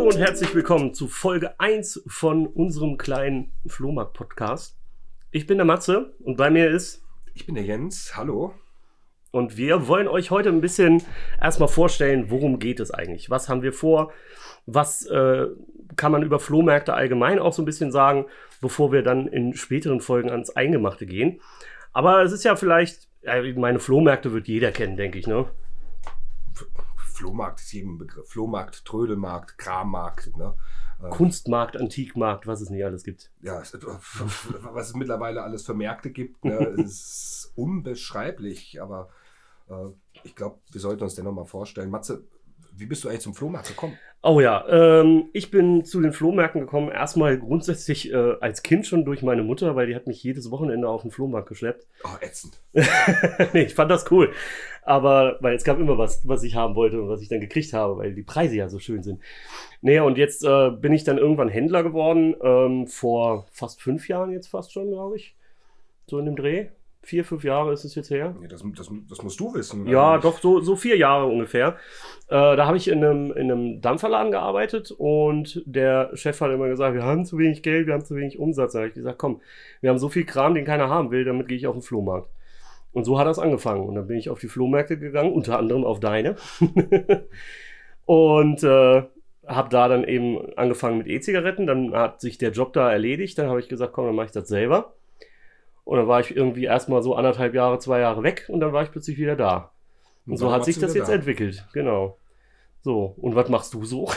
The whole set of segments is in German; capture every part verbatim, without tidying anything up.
und herzlich willkommen zu Folge eins von unserem kleinen Flohmarkt-Podcast. Ich bin der Matze und bei mir ist... Ich bin der Jens, hallo. Und wir wollen euch heute ein bisschen erstmal vorstellen, worum geht es eigentlich? Was haben wir vor? Was äh, kann man über Flohmärkte allgemein auch so ein bisschen sagen, bevor wir dann in späteren Folgen ans Eingemachte gehen. Aber es ist ja vielleicht, ja, meine Flohmärkte wird jeder kennen, denke ich, ne? Flohmarkt ist jedem Begriff. Flohmarkt, Trödelmarkt, Krammarkt, ne? Kunstmarkt, Antikmarkt, was es nicht alles gibt. Ja, was es mittlerweile alles für Märkte gibt, ne, ist unbeschreiblich. Aber äh, ich glaube, wir sollten uns den nochmal vorstellen. Matze, wie bist du eigentlich zum Flohmarkt gekommen? Oh ja, ähm, ich bin zu den Flohmärkten gekommen, erstmal grundsätzlich äh, als Kind schon durch meine Mutter, weil die hat mich jedes Wochenende auf den Flohmarkt geschleppt. Oh, ätzend. Nee, ich fand das cool. Aber, weil es gab immer was, was ich haben wollte und was ich dann gekriegt habe, weil die Preise ja so schön sind. Nee, und jetzt äh, bin ich dann irgendwann Händler geworden, ähm, vor fast fünf Jahren jetzt fast schon, glaube ich. So in dem Dreh. Vier, fünf Jahre ist es jetzt her. Ja, das, das, das musst du wissen. Ja, eigentlich. doch, so, so vier Jahre ungefähr. Äh, da habe ich in einem, in einem Dampferladen gearbeitet und der Chef hat immer gesagt, wir haben zu wenig Geld, wir haben zu wenig Umsatz. Da habe ich gesagt, komm, wir haben so viel Kram, den keiner haben will, damit gehe ich auf den Flohmarkt. Und so hat das angefangen. Und dann bin ich auf die Flohmärkte gegangen, unter anderem auf deine. und äh, habe da dann eben angefangen mit E-Zigaretten. Dann hat sich der Job da erledigt. Dann habe ich gesagt, komm, dann mache ich das selber. Und dann war ich irgendwie erstmal so anderthalb Jahre, zwei Jahre weg und dann war ich plötzlich wieder da. Und, und so hat sich das jetzt da. entwickelt. Genau. So, und was machst du so?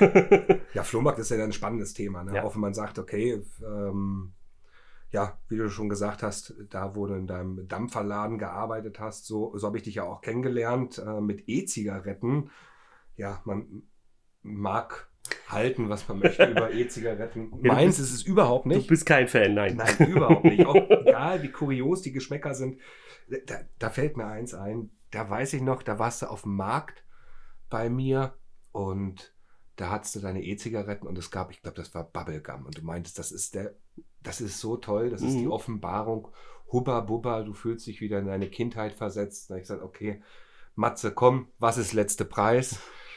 Ja, Flohmarkt ist ja ein spannendes Thema. Ne? Ja. Auch wenn man sagt, okay, ähm, ja, wie du schon gesagt hast, da wo du in deinem Dampferladen gearbeitet hast, so, so habe ich dich ja auch kennengelernt äh, mit E-Zigaretten. Ja, man mag halten, was man möchte über E-Zigaretten. Ja, Meins bist, ist es überhaupt nicht. Du bist kein Fan, nein. Nein, überhaupt nicht. Auch egal, wie kurios die Geschmäcker sind. Da, da fällt mir eins ein. Da weiß ich noch, da warst du auf dem Markt bei mir und da hattest du deine E-Zigaretten und es gab, ich glaube, das war Bubblegum. Und du meintest, das ist der, das ist so toll, das ist mhm. die Offenbarung. Hubba Bubba, du fühlst dich wieder in deine Kindheit versetzt. Da habe ich gesagt, okay, Matze, komm, was ist letzte Preis?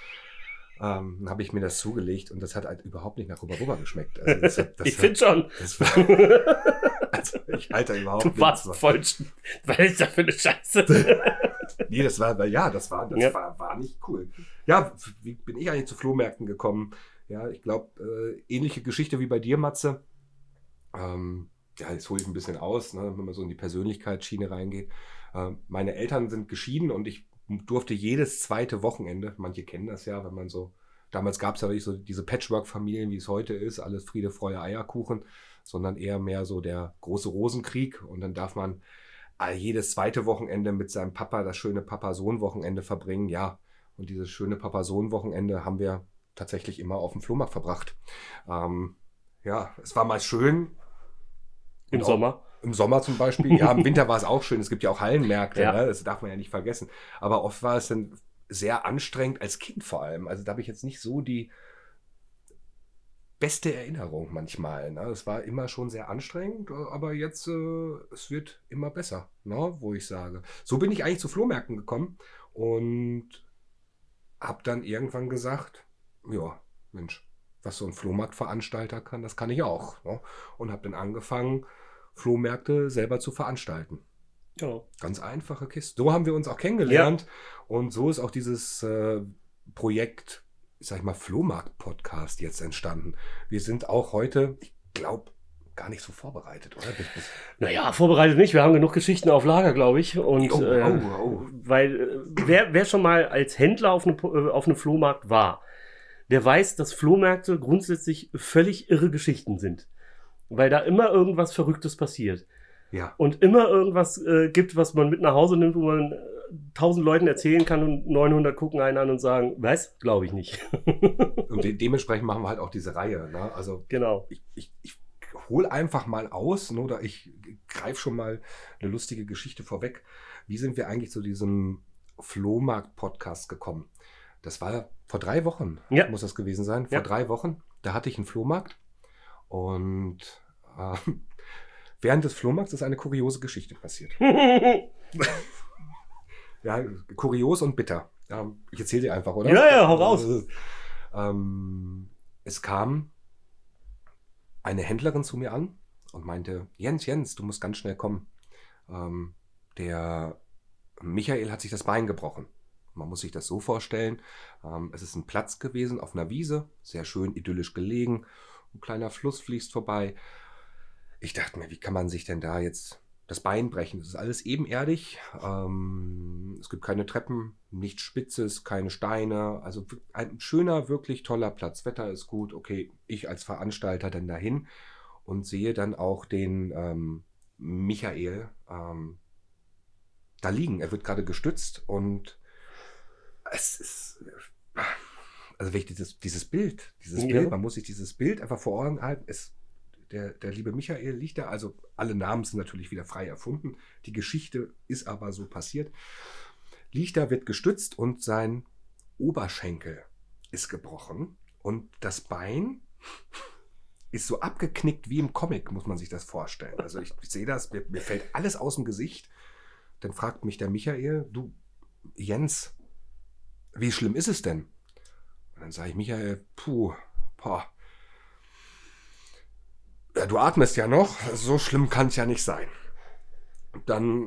Ähm, dann habe ich mir das zugelegt und das hat halt überhaupt nicht nach Hubba Bubba geschmeckt. Also das hat, das ich finde schon. Das war, also ich halte da überhaupt nicht. Du warst nichts. voll. Was ist das für eine Scheiße? Nee, das war, ja, das war, das ja. war, war nicht cool. Ja, wie bin ich eigentlich zu Flohmärkten gekommen? Ja, ich glaube, äh, ähnliche Geschichte wie bei dir, Matze. Ähm, ja, jetzt hole ich ein bisschen aus, ne, wenn man so in die Persönlichkeitsschiene reingeht. Äh, meine Eltern sind geschieden und ich durfte jedes zweite Wochenende, manche kennen das ja, wenn man so, damals gab es ja nicht so diese Patchwork-Familien, wie es heute ist, alles Friede, Freude, Eierkuchen, sondern eher mehr so der große Rosenkrieg und dann darf man jedes zweite Wochenende mit seinem Papa das schöne Papa-Sohn-Wochenende verbringen, ja, und dieses schöne Papa-Sohn-Wochenende haben wir tatsächlich immer auf dem Flohmarkt verbracht. Ähm, ja, es war mal schön. Im auch, Sommer? Im Sommer zum Beispiel. Ja, im Winter war es auch schön. Es gibt ja auch Hallenmärkte, ja. Ne? Das darf man ja nicht vergessen. Aber oft war es dann sehr anstrengend, als Kind vor allem. Also da habe ich jetzt nicht so die beste Erinnerung manchmal. Ne? Es war immer schon sehr anstrengend, aber jetzt, äh, es wird immer besser, ne? Wo ich sage. So bin ich eigentlich zu Flohmärkten gekommen und habe dann irgendwann gesagt, ja, Mensch, was so ein Flohmarktveranstalter kann, das kann ich auch. Ne? Und habe dann angefangen, Flohmärkte selber zu veranstalten. Ja. Ganz einfache Kiste. So haben wir uns auch kennengelernt. Ja. Und so ist auch dieses äh, Projekt, sag ich mal, Flohmarkt-Podcast jetzt entstanden. Wir sind auch heute, ich glaube, gar nicht so vorbereitet, oder? Naja, vorbereitet nicht. Wir haben genug Geschichten auf Lager, glaube ich. Und, oh, äh, oh, oh. Weil äh, wer, wer schon mal als Händler auf, eine, auf einem Flohmarkt war, der weiß, dass Flohmärkte grundsätzlich völlig irre Geschichten sind. Weil da immer irgendwas Verrücktes passiert. Ja. Und immer irgendwas äh, gibt, was man mit nach Hause nimmt, wo man äh, tausend Leuten erzählen kann und neunhundert gucken einen an und sagen, was? Glaube ich nicht. Und de- dementsprechend machen wir halt auch diese Reihe. Ne? Also genau. Ich, ich, ich hole einfach mal aus, ne, oder ich greife schon mal eine lustige Geschichte vorweg. Wie sind wir eigentlich zu diesem Flohmarkt-Podcast gekommen? Das war vor drei Wochen, ja. muss das gewesen sein. Vor ja. drei Wochen, da hatte ich einen Flohmarkt und äh, während des Flohmarkts ist eine kuriose Geschichte passiert. Ja, kurios und bitter. Ja, ich erzähle dir einfach, oder? Ja, ja, hau raus. Ähm, es kam eine Händlerin zu mir an und meinte, Jens, Jens, du musst ganz schnell kommen. Ähm, der Michael hat sich das Bein gebrochen. Man muss sich das so vorstellen, ähm, es ist ein Platz gewesen auf einer Wiese, sehr schön idyllisch gelegen, ein kleiner Fluss fließt vorbei. Ich dachte mir, wie kann man sich denn da jetzt das Bein brechen? Es ist alles ebenerdig, ähm, es gibt keine Treppen, nichts Spitzes, keine Steine, also ein schöner, wirklich toller Platz. Wetter ist gut, okay, ich als Veranstalter dann dahin und sehe dann auch den ähm, Michael ähm, da liegen. Er wird gerade gestützt und es ist, also wenn ich dieses, dieses Bild, dieses Ja. Bild, man muss sich dieses Bild einfach vor Augen halten, es, der, der liebe Michael liegt da, also alle Namen sind natürlich wieder frei erfunden, die Geschichte ist aber so passiert, liegt da, wird gestützt und sein Oberschenkel ist gebrochen und das Bein ist so abgeknickt wie im Comic, muss man sich das vorstellen. Also ich, ich sehe das, mir, mir fällt alles aus dem Gesicht. Dann fragt mich der Michael, du, Jens, wie schlimm ist es denn? Und dann sage ich, Michael, puh, boah. Ja, du atmest ja noch, so schlimm kann es ja nicht sein. Und dann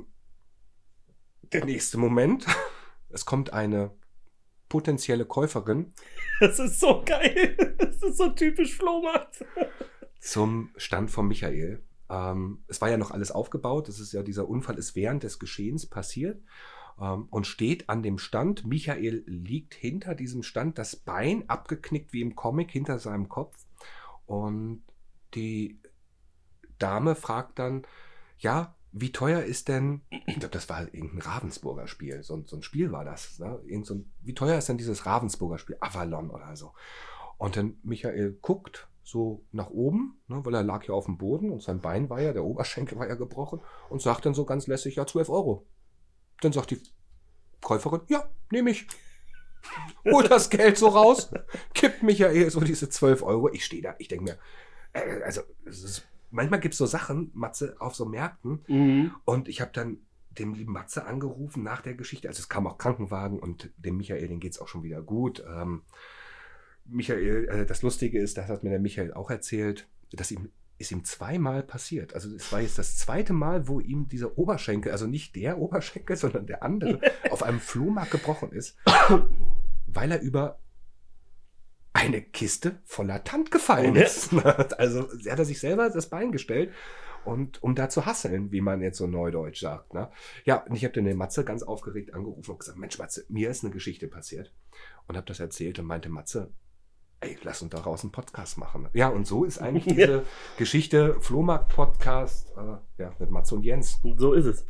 der nächste Moment, es kommt eine potenzielle Käuferin. Das ist so geil. Das ist so typisch Flohmarkt. Zum Stand von Michael. Ähm, es war ja noch alles aufgebaut. Das ist ja, dieser Unfall ist während des Geschehens passiert. Ähm, und steht an dem Stand. Michael liegt hinter diesem Stand, das Bein abgeknickt wie im Comic hinter seinem Kopf. Und die Dame fragt dann, ja, wie teuer ist denn, ich glaube, das war irgendein Ravensburger Spiel, so, so ein Spiel war das, ne? Irgend so ein, wie teuer ist denn dieses Ravensburger Spiel, Avalon oder so. Und dann Michael guckt so nach oben, ne, weil er lag ja auf dem Boden und sein Bein war ja, der Oberschenkel war ja gebrochen und sagt dann so ganz lässig, ja, zwölf Euro. Dann sagt die Käuferin, ja, nehme ich. Holt das Geld so raus, kippt Michael so diese zwölf Euro. Ich stehe da, ich denke mir, äh, also es ist, manchmal gibt es so Sachen, Matze, auf so Märkten. Mhm. Und ich habe dann dem lieben Matze angerufen nach der Geschichte. Also es kam auch Krankenwagen und dem Michael, den geht es auch schon wieder gut. Ähm, Michael, äh, das Lustige ist, das hat mir der Michael auch erzählt, dass ihm ist ihm zweimal passiert. Also es war jetzt das zweite Mal, wo ihm dieser Oberschenkel, also nicht der Oberschenkel, sondern der andere, auf einem Flohmarkt gebrochen ist, weil er über eine Kiste voller Tant gefallen ist. Also er hat er sich selber das Bein gestellt, und um da zu hasseln, wie man jetzt so neudeutsch sagt. Ne? Ja, und ich habe dann den Matze ganz aufgeregt angerufen und gesagt, Mensch Matze, mir ist eine Geschichte passiert. Und habe das erzählt und meinte Matze, ey, lass uns daraus einen Podcast machen. Ja, und so ist eigentlich diese ja. Geschichte Flohmarkt-Podcast äh, ja, mit Matze und Jens. So ist es.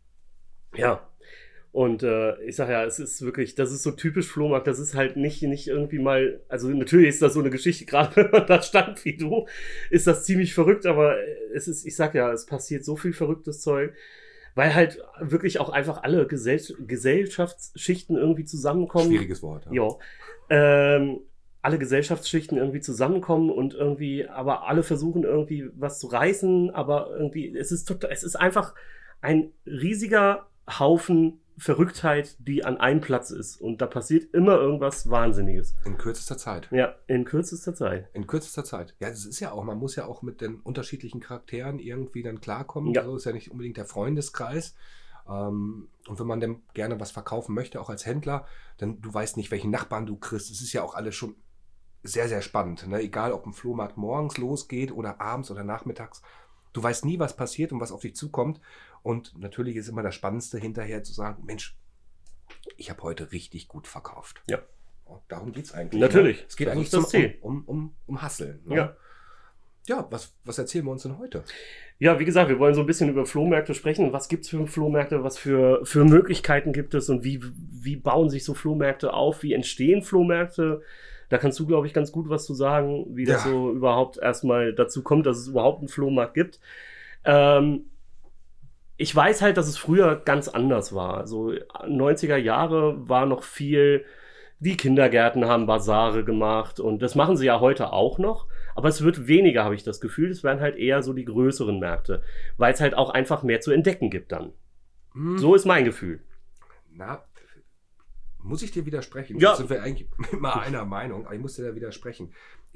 Ja. Und äh, ich sag ja, es ist wirklich, das ist so typisch Flohmarkt, das ist halt nicht, nicht irgendwie mal, also natürlich ist das so eine Geschichte, gerade wenn man da stand wie du, ist das ziemlich verrückt, aber es ist, ich sag ja, es passiert so viel verrücktes Zeug, weil halt wirklich auch einfach alle Gesell Gesellschaftsschichten irgendwie zusammenkommen. Schwieriges Wort. Ja. Jo. Ähm, alle Gesellschaftsschichten irgendwie zusammenkommen und irgendwie, aber alle versuchen irgendwie was zu reißen, aber irgendwie, es ist total, es ist einfach ein riesiger Haufen Verrücktheit, die an einem Platz ist. Und da passiert immer irgendwas Wahnsinniges. In kürzester Zeit. Ja, in kürzester Zeit. In kürzester Zeit. Ja, das ist ja auch, man muss ja auch mit den unterschiedlichen Charakteren irgendwie dann klarkommen. Ja. So ist ja nicht unbedingt der Freundeskreis. Ähm, und wenn man dann gerne was verkaufen möchte, auch als Händler, dann du weißt nicht, welchen Nachbarn du kriegst. Es ist ja auch alles schon sehr, sehr spannend. Ne? Egal, ob ein Flohmarkt morgens losgeht oder abends oder nachmittags. Du weißt nie, was passiert und was auf dich zukommt. Und natürlich ist immer das Spannendste hinterher zu sagen, Mensch, ich habe heute richtig gut verkauft. Ja. Und darum geht es eigentlich. Natürlich. Ne? Es geht das eigentlich ist das zum, Ziel. um, um, um, um Hasseln. Ne? Ja. Ja, was, was erzählen wir uns denn heute? Ja, wie gesagt, wir wollen so ein bisschen über Flohmärkte sprechen. Was gibt es für Flohmärkte? Was für, für Möglichkeiten gibt es? Und wie, wie bauen sich so Flohmärkte auf? Wie entstehen Flohmärkte? Da kannst du, glaube ich, ganz gut was zu sagen, wie das Ja. so überhaupt erstmal dazu kommt, dass es überhaupt einen Flohmarkt gibt. Ähm, ich weiß halt, dass es früher ganz anders war. So neunziger Jahre war noch viel, die Kindergärten haben Basare gemacht und das machen sie ja heute auch noch. Aber es wird weniger, habe ich das Gefühl. Es werden halt eher so die größeren Märkte, weil es halt auch einfach mehr zu entdecken gibt dann. Hm. So ist mein Gefühl. Na, muss ich dir widersprechen? Ja. Jetzt sind wir eigentlich immer einer Meinung, aber ich muss dir da widersprechen.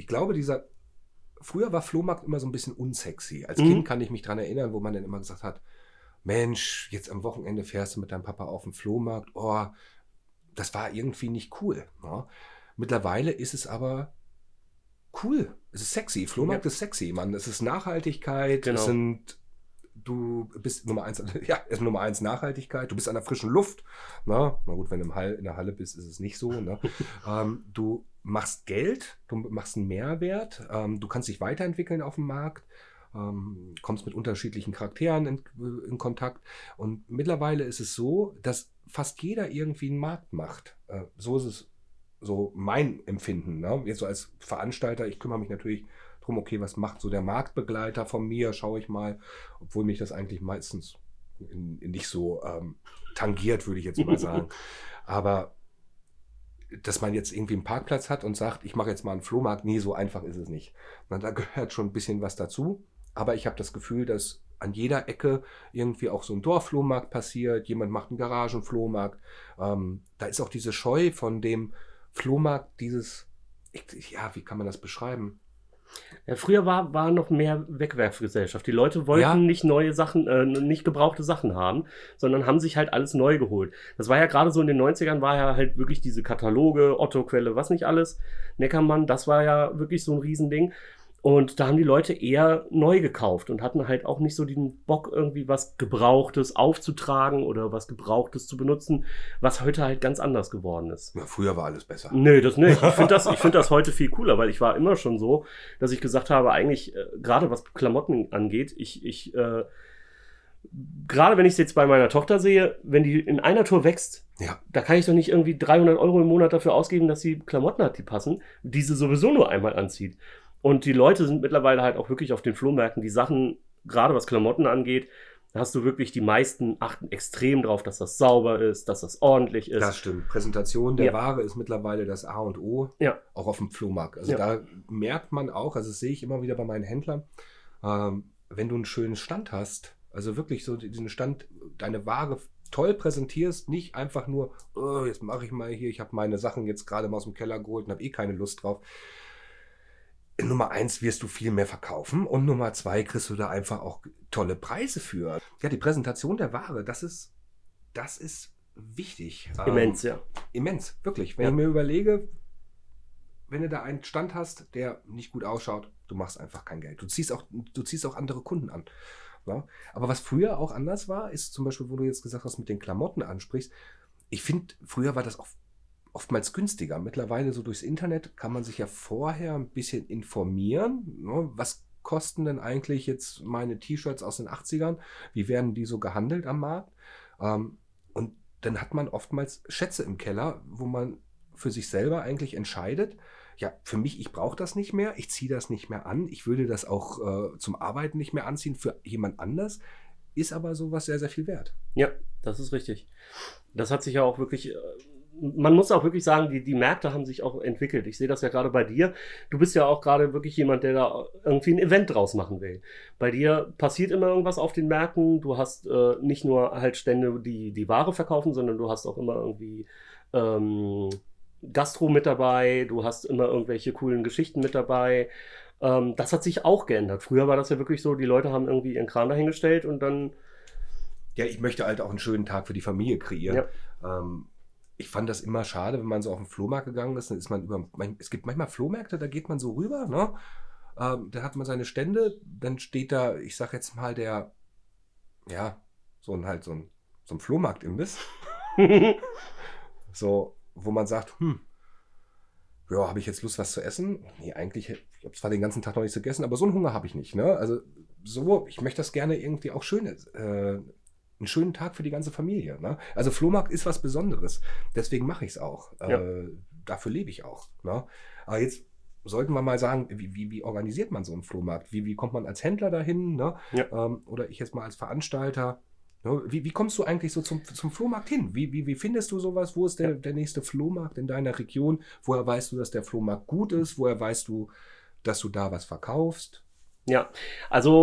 ich glaube, dieser, früher war Flohmarkt immer so ein bisschen unsexy. Als Mhm. Kind kann ich mich dran erinnern, wo man dann immer gesagt hat, Mensch, jetzt am Wochenende fährst du mit deinem Papa auf den Flohmarkt. Oh, das war irgendwie nicht cool. Ne? Mittlerweile ist es aber cool. Es ist sexy. Flohmarkt Ja. ist sexy, Mann. Es ist Nachhaltigkeit. Genau. Es sind, du bist Nummer eins, ja, es ist Nummer eins Nachhaltigkeit. Du bist an der frischen Luft. Ne? Na gut, wenn du im Hall, in der Halle bist, ist es nicht so. Ne? ähm, du machst Geld, du machst einen Mehrwert. Ähm, du kannst dich weiterentwickeln auf dem Markt. Ähm, kommst mit unterschiedlichen Charakteren in, in Kontakt. Und mittlerweile ist es so, dass fast jeder irgendwie einen Markt macht. Äh, so ist es so mein Empfinden. Ne? Jetzt so als Veranstalter, ich kümmere mich natürlich drum, okay, was macht so der Marktbegleiter von mir, schaue ich mal, obwohl mich das eigentlich meistens in, in nicht so ähm, tangiert, würde ich jetzt mal sagen. Aber dass man jetzt irgendwie einen Parkplatz hat und sagt, ich mache jetzt mal einen Flohmarkt, nee, so einfach ist es nicht. Na, da gehört schon ein bisschen was dazu. Aber ich habe das Gefühl, dass an jeder Ecke irgendwie auch so ein Dorfflohmarkt passiert. Jemand macht einen Garagenflohmarkt. Ähm, da ist auch diese Scheu von dem Flohmarkt, dieses, ich, ja, wie kann man das beschreiben? Ja, früher war, war noch mehr Wegwerfgesellschaft. Die Leute wollten Ja. nicht neue Sachen, äh, nicht gebrauchte Sachen haben, sondern haben sich halt alles neu geholt. Das war ja gerade so in den neunzigern, war ja halt wirklich diese Kataloge, Otto-Quelle, was nicht alles, Neckermann, das war ja wirklich so ein Riesending. Und da haben die Leute eher neu gekauft und hatten halt auch nicht so den Bock, irgendwie was Gebrauchtes aufzutragen oder was Gebrauchtes zu benutzen, was heute halt ganz anders geworden ist. Ja, früher war alles besser. Nö, das nicht. Ich finde das, ich find das heute viel cooler, weil ich war immer schon so, dass ich gesagt habe, eigentlich, äh, gerade was Klamotten angeht, ich, ich, äh, gerade wenn ich es jetzt bei meiner Tochter sehe, wenn die in einer Tour wächst, Ja. da kann ich doch nicht irgendwie dreihundert Euro im Monat dafür ausgeben, dass sie Klamotten hat, die passen, die sie sowieso nur einmal anzieht. Und die Leute sind mittlerweile halt auch wirklich auf den Flohmärkten, die Sachen, gerade was Klamotten angeht, da hast du wirklich, die meisten achten extrem drauf, dass das sauber ist, dass das ordentlich ist. Das stimmt. Präsentation der Ja. Ware ist mittlerweile das A und O, Ja. auch auf dem Flohmarkt. Also Ja. da merkt man auch, also das sehe ich immer wieder bei meinen Händlern, ähm, wenn du einen schönen Stand hast, also wirklich so diesen Stand, deine Ware toll präsentierst, nicht einfach nur, oh, jetzt mache ich mal hier, ich habe meine Sachen jetzt gerade mal aus dem Keller geholt und habe eh keine Lust drauf. Nummer eins wirst du viel mehr verkaufen und Nummer zwei kriegst du da einfach auch tolle Preise für. Ja, die Präsentation der Ware, das ist, das ist wichtig. Immens, ähm, ja. Immens, wirklich. Wenn Ja. ich mir überlege, wenn du da einen Stand hast, der nicht gut ausschaut, du machst einfach kein Geld. Du ziehst auch, du ziehst auch andere Kunden an. Ja? Aber was früher auch anders war, ist zum Beispiel, wo du jetzt gesagt hast, mit den Klamotten ansprichst. Ich finde, früher war das auch oftmals günstiger. Mittlerweile so durchs Internet kann man sich ja vorher ein bisschen informieren. Ne? Was kosten denn eigentlich jetzt meine T-Shirts aus den achtzigern? Wie werden die so gehandelt am Markt? Ähm, und dann hat man oftmals Schätze im Keller, wo man für sich selber eigentlich entscheidet, ja, für mich, ich brauche das nicht mehr, ich ziehe das nicht mehr an, ich würde das auch äh, zum Arbeiten nicht mehr anziehen für jemand anders, ist aber sowas sehr, sehr viel wert. Ja, das ist richtig. Das hat sich ja auch wirklich, äh, man muss auch wirklich sagen, die, die Märkte haben sich auch entwickelt. Ich sehe das ja gerade bei dir. Du bist ja auch gerade wirklich jemand, der da irgendwie ein Event draus machen will. Bei dir passiert immer irgendwas auf den Märkten. Du hast äh, nicht nur halt Stände, die die Ware verkaufen, sondern du hast auch immer irgendwie ähm, Gastro mit dabei. Du hast immer irgendwelche coolen Geschichten mit dabei. Ähm, das hat sich auch geändert. Früher war das ja wirklich so, die Leute haben irgendwie ihren Kran dahingestellt und dann... Ja, ich möchte halt auch einen schönen Tag für die Familie kreieren. Ja. Ähm, ich fand das immer schade, wenn man so auf den Flohmarkt gegangen ist, dann ist man über, es gibt manchmal Flohmärkte, da geht man so rüber, ne? Ähm, da hat man seine Stände, dann steht da, ich sag jetzt mal, der, ja, so ein halt so ein, so ein Flohmarkt-Imbiss. So, wo man sagt, hm, ja, habe ich jetzt Lust, was zu essen? Nee, eigentlich, ich habe zwar den ganzen Tag noch nichts gegessen, aber so einen Hunger habe ich nicht, ne? Also so, ich möchte das gerne irgendwie auch schön, äh, einen schönen Tag für die ganze Familie. Ne? Also Flohmarkt ist was Besonderes. Deswegen mache ich es auch. Ja. Äh, dafür lebe ich auch. Ne? Aber jetzt sollten wir mal sagen, wie, wie, wie organisiert man so einen Flohmarkt? Wie, wie kommt man als Händler dahin? Ne? Ja. Ähm, oder ich jetzt mal als Veranstalter. Ne? Wie, wie kommst du eigentlich so zum, zum Flohmarkt hin? Wie, wie, wie findest du sowas? Wo ist der, ja. der nächste Flohmarkt in deiner Region? Woher weißt du, dass der Flohmarkt gut ist? Woher weißt du, dass du da was verkaufst? Ja, also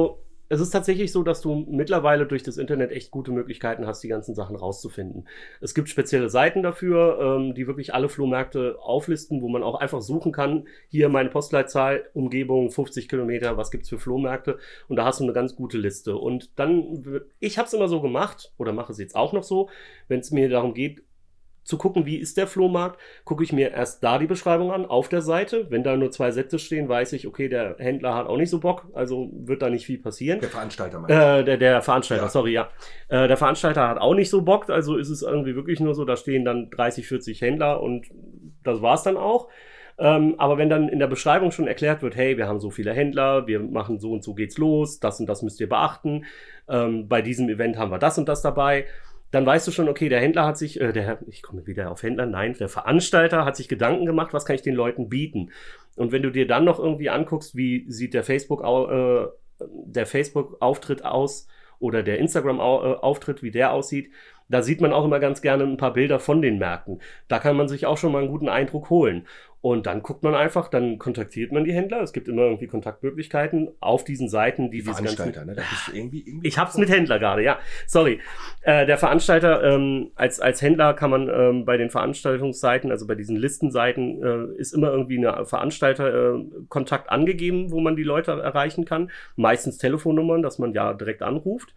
es ist tatsächlich so, dass du mittlerweile durch das Internet echt gute Möglichkeiten hast, die ganzen Sachen rauszufinden. Es gibt spezielle Seiten dafür, ähm, die wirklich alle Flohmärkte auflisten, wo man auch einfach suchen kann, hier meine Postleitzahl, Umgebung fünfzig Kilometer, was gibt's für Flohmärkte? Und da hast du eine ganz gute Liste. Und dann, ich habe es immer so gemacht, oder mache es jetzt auch noch so, wenn es mir darum geht, zu gucken, wie ist der Flohmarkt, gucke ich mir erst da die Beschreibung an, auf der Seite. Wenn da nur zwei Sätze stehen, weiß ich, okay, der Händler hat auch nicht so Bock, also wird da nicht viel passieren. Der Veranstalter meinst du? Äh, der, der Veranstalter, ja. sorry, ja. Äh, der Veranstalter hat auch nicht so Bock, also ist es irgendwie wirklich nur so, da stehen dann dreißig, vierzig Händler und das war's dann auch. Ähm, aber wenn dann in der Beschreibung schon erklärt wird, hey, wir haben so viele Händler, wir machen so und so geht's los, das und das müsst ihr beachten, ähm, bei diesem Event haben wir das und das dabei, dann weißt du schon, okay, der Händler hat sich, äh, der, ich komme wieder auf Händler, nein, der Veranstalter hat sich Gedanken gemacht, was kann ich den Leuten bieten? Und wenn du dir dann noch irgendwie anguckst, wie sieht der Facebook, äh, der Facebook-Auftritt aus oder der Instagram-Auftritt, wie der aussieht, da sieht man auch immer ganz gerne ein paar Bilder von den Märkten. Da kann man sich auch schon mal einen guten Eindruck holen. Und dann guckt man einfach, dann kontaktiert man die Händler. Es gibt immer irgendwie Kontaktmöglichkeiten auf diesen Seiten, die, die Veranstalter, ne? Da bist du irgendwie, irgendwie ich hab's mit Händler gerade, ja. Sorry. Äh, der Veranstalter, ähm, als, als Händler kann man ähm, bei den Veranstaltungsseiten, also bei diesen Listenseiten, äh, ist immer irgendwie eine Veranstalter-Kontakt äh, angegeben, wo man die Leute erreichen kann. Meistens Telefonnummern, dass man ja direkt anruft.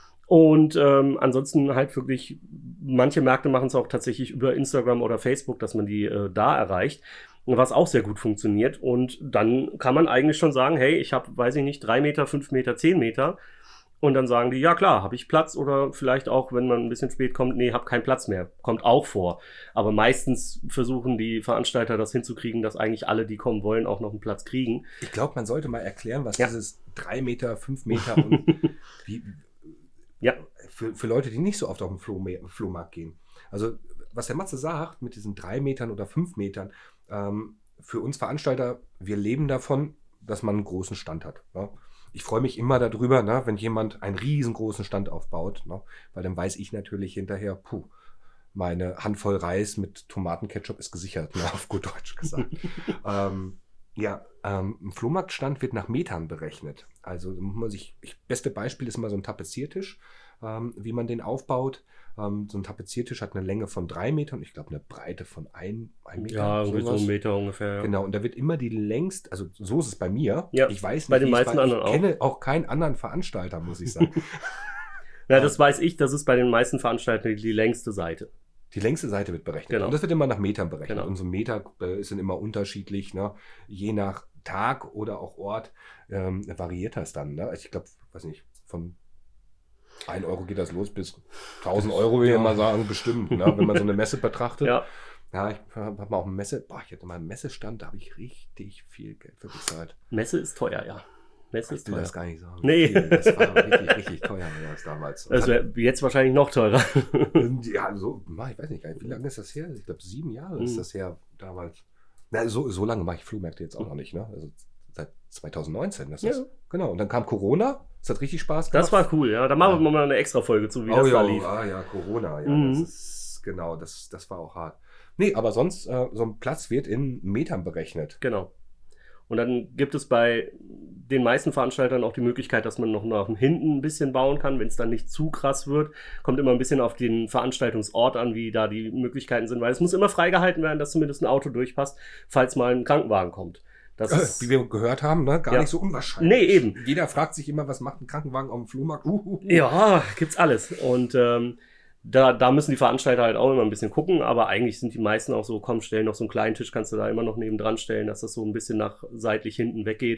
Und ähm, ansonsten halt wirklich, manche Märkte machen es auch tatsächlich über Instagram oder Facebook, dass man die äh, da erreicht, was auch sehr gut funktioniert. Und dann kann man eigentlich schon sagen, hey, ich habe, weiß ich nicht, drei Meter, fünf Meter, zehn Meter. Und dann sagen die, ja klar, habe ich Platz, oder vielleicht auch, wenn man ein bisschen spät kommt, nee, habe keinen Platz mehr. Kommt auch vor. Aber meistens versuchen die Veranstalter das hinzukriegen, dass eigentlich alle, die kommen wollen, auch noch einen Platz kriegen. Ich glaube, man sollte mal erklären, was ja. dieses drei Meter, fünf Meter und wie... Ja, für, für Leute, die nicht so oft auf den Floh, Flohmarkt gehen. Also, was der Matze sagt, mit diesen drei Metern oder fünf Metern, ähm, für uns Veranstalter, wir leben davon, dass man einen großen Stand hat. Ne? Ich freue mich immer darüber, ne, wenn jemand einen riesengroßen Stand aufbaut, ne? Weil dann weiß ich natürlich hinterher, puh, meine Handvoll Reis mit Tomatenketchup ist gesichert, ne, auf gut Deutsch gesagt. ähm, Ja, ähm, ein Flohmarktstand wird nach Metern berechnet. Also muss man sich, ich, beste Beispiel ist immer so ein Tapeziertisch, ähm, wie man den aufbaut. Ähm, so ein Tapeziertisch hat eine Länge von drei Metern, ich glaube eine Breite von ein, ein Meter. Ja, irgendwie so ein Meter ungefähr. Ja. Genau, und da wird immer die längst, also so ist es bei mir. Ja, ich weiß nicht, bei den meisten ich, anderen ich auch. kenne auch keinen anderen Veranstalter, muss ich sagen. Ja, das weiß ich, das ist bei den meisten Veranstaltern die längste Seite. Die längste Seite wird berechnet. Genau. Und das wird immer nach Metern berechnet. Genau. Und so ein Meter äh, ist dann immer unterschiedlich, ne? Je nach Tag oder auch Ort ähm, variiert das dann. Ne? Ich glaube, weiß nicht, von ein Euro geht das los bis tausend Euro, will ich ja. mal sagen, bestimmt. Ne? Wenn man so eine Messe betrachtet. Ja. Ja, ich habe mal auch eine Messe, boah, ich hatte mal einen Messestand, da habe ich richtig viel Geld für bezahlt. Messe ist teuer, ja. Messe ich ist will teuer. das gar nicht sagen. Nee. Das war richtig, richtig teuer das damals. Das wäre jetzt wahrscheinlich noch teurer. Ja, so, ich weiß nicht, wie lange ist das her? Ich glaube, sieben Jahre mhm. ist das her damals. Na, so, so lange mache ich Flohmärkte jetzt auch noch nicht, ne? Also seit zwanzig neunzehn. Das ist, ja. Genau. Und dann kam Corona. Das hat richtig Spaß gemacht. Das war cool, ja. Da machen wir ja. mal eine extra Folge zu, wie oh, das ja, da lief. Ah ja, Corona, ja. Mhm. Das ist, genau, das, das war auch hart. Nee, aber sonst, äh, so ein Platz wird in Metern berechnet. Genau. Und dann gibt es bei den meisten Veranstaltern auch die Möglichkeit, dass man noch nach hinten ein bisschen bauen kann, wenn es dann nicht zu krass wird. Kommt immer ein bisschen auf den Veranstaltungsort an, wie da die Möglichkeiten sind, weil es muss immer freigehalten werden, dass zumindest ein Auto durchpasst, falls mal ein Krankenwagen kommt. Das äh, ist, wie wir gehört haben, ne? Gar ja. nicht so unwahrscheinlich. Nee, eben. Jeder fragt sich immer, was macht ein Krankenwagen auf dem Flohmarkt? Uh, uh, uh. Ja, gibt's alles. Und ähm, Da, da müssen die Veranstalter halt auch immer ein bisschen gucken, aber eigentlich sind die meisten auch so, komm, stell noch so einen kleinen Tisch, kannst du da immer noch nebendran stellen, dass das so ein bisschen nach seitlich hinten weggeht.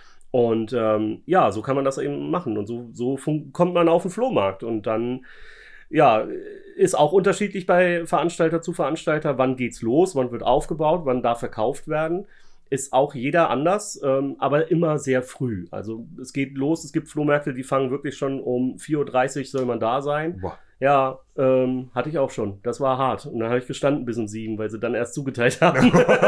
Und ähm, ja, so kann man das eben machen. Und so, so fun- kommt man auf den Flohmarkt. Und dann, ja, ist auch unterschiedlich bei Veranstalter zu Veranstalter, wann geht's los, wann wird aufgebaut, wann darf verkauft werden. Ist auch jeder anders, ähm, aber immer sehr früh. Also es geht los, es gibt Flohmärkte, die fangen wirklich schon um vier Uhr dreißig soll man da sein. Boah. Ja, ähm, hatte ich auch schon. Das war hart. Und dann habe ich gestanden bis um sieben, weil sie dann erst zugeteilt haben.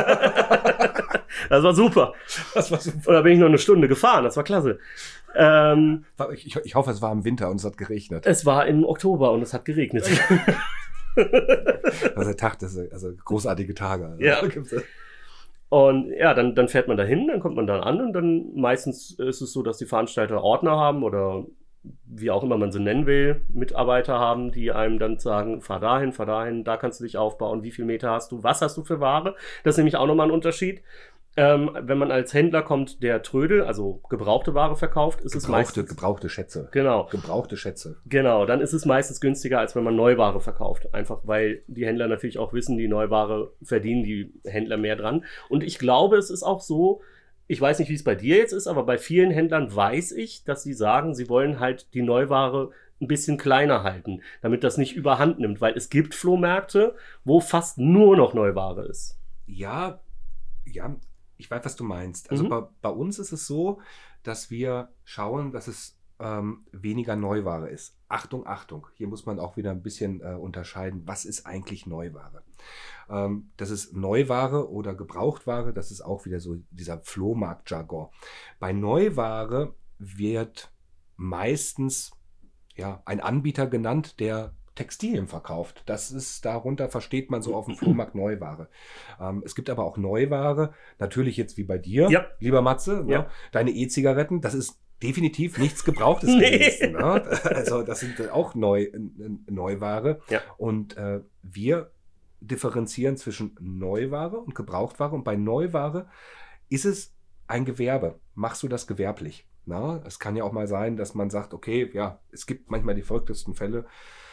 Das war super. Das war super. Und da bin ich noch eine Stunde gefahren. Das war klasse. Ähm, ich, ich hoffe, es war im Winter und es hat geregnet. Es war im Oktober und es hat geregnet. Also der Tag, das ist, also großartige Tage. Also. Ja. Und ja, dann, dann fährt man dahin, dann kommt man dann an und dann meistens ist es so, dass die Veranstalter Ordner haben oder wie auch immer man sie nennen will, Mitarbeiter haben, die einem dann sagen, fahr dahin, fahr dahin, da kannst du dich aufbauen, wie viel Meter hast du, was hast du für Ware. Das ist nämlich auch nochmal ein Unterschied. Ähm, wenn man als Händler kommt, der Trödel, also gebrauchte Ware verkauft, ist gebrauchte, es meistens... Gebrauchte Schätze. Genau. Gebrauchte Schätze. Genau, dann ist es meistens günstiger, als wenn man Neuware verkauft. Einfach weil die Händler natürlich auch wissen, die Neuware verdienen die Händler mehr dran. Und ich glaube, es ist auch so, ich weiß nicht, wie es bei dir jetzt ist, aber bei vielen Händlern weiß ich, dass sie sagen, sie wollen halt die Neuware ein bisschen kleiner halten, damit das nicht überhand nimmt. Weil es gibt Flohmärkte, wo fast nur noch Neuware ist. Ja, ja, ich weiß, was du meinst. Also mhm. bei, bei uns ist es so, dass wir schauen, dass es ähm, weniger Neuware ist. Achtung, Achtung, hier muss man auch wieder ein bisschen äh, unterscheiden, was ist eigentlich Neuware? Ähm, das ist Neuware oder Gebrauchtware, das ist auch wieder so dieser Flohmarkt-Jargon. Bei Neuware wird meistens ja, ein Anbieter genannt, der Textilien verkauft. Das ist, darunter versteht man so auf dem Flohmarkt Neuware. Ähm, es gibt aber auch Neuware, natürlich jetzt wie bei dir, ja. lieber Matze, ja. ne? Deine E-Zigaretten, das ist definitiv nichts Gebrauchtes nee. gewesen. Ne? Also das sind auch Neu, Neuware. Ja. Und äh, wir differenzieren zwischen Neuware und Gebrauchtware. Und bei Neuware ist es ein Gewerbe. Machst du das gewerblich? Na? Es kann ja auch mal sein, dass man sagt, okay, ja, es gibt manchmal die verrücktesten Fälle.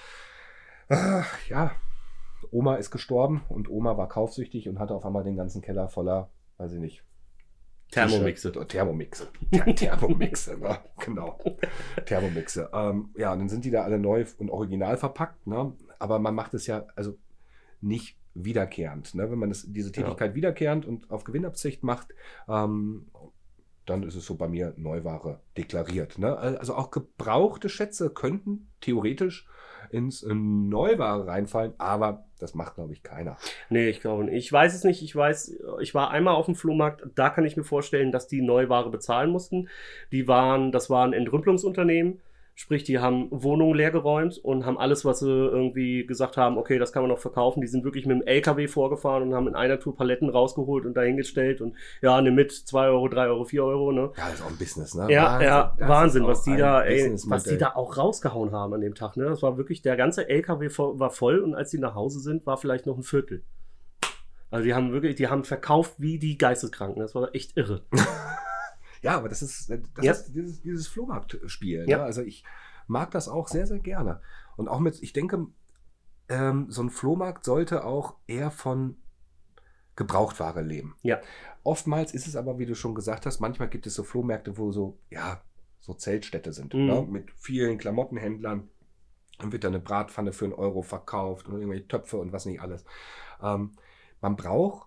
Ja, Oma ist gestorben und Oma war kaufsüchtig und hatte auf einmal den ganzen Keller voller, weiß ich nicht, Thermomixe. Thermomixe. Ja, Thermomixe, ne? Genau. Thermomixe. Ähm, ja, und dann sind die da alle neu und original verpackt, ne? Aber man macht es ja also nicht wiederkehrend. Ne? Wenn man das, diese Tätigkeit ja. wiederkehrend und auf Gewinnabsicht macht, ähm, dann ist es so bei mir Neuware deklariert. Ne? Also auch gebrauchte Schätze könnten theoretisch ins Neuware reinfallen, aber das macht, glaube ich, keiner. Nee, ich glaube nicht. Ich weiß es nicht. Ich weiß, ich war einmal auf dem Flohmarkt, da kann ich mir vorstellen, dass die Neuware bezahlen mussten. Die waren, das war ein Entrümpelungsunternehmen. Sprich, die haben Wohnungen leergeräumt und haben alles, was sie irgendwie gesagt haben, okay, das kann man noch verkaufen. Die sind wirklich mit dem L K W vorgefahren und haben in einer Tour Paletten rausgeholt und dahingestellt und ja, nimm mit zwei Euro, drei Euro, vier Euro, ne? Ja, das ist auch ein Business, ne? Ja, Wahnsinn, ja, Wahnsinn, was die da, ey, was was die da auch rausgehauen haben an dem Tag, ne? Das war wirklich, der ganze L K W war voll und als die nach Hause sind, war vielleicht noch ein Viertel. Also die haben wirklich, die haben verkauft wie die Geisteskranken. Das war echt irre. Ja, aber das ist, das ja. ist dieses, dieses Flohmarktspiel. Ja. Ne? Also ich mag das auch sehr, sehr gerne. Und auch mit, ich denke, ähm, so ein Flohmarkt sollte auch eher von Gebrauchtware leben. Ja. Oftmals ist es aber, wie du schon gesagt hast, manchmal gibt es so Flohmärkte, wo so, ja, so Zeltstädte sind, mhm. ne? Mit vielen Klamottenhändlern. Dann wird da eine Bratpfanne für einen Euro verkauft und irgendwelche Töpfe und was nicht alles. Ähm, man braucht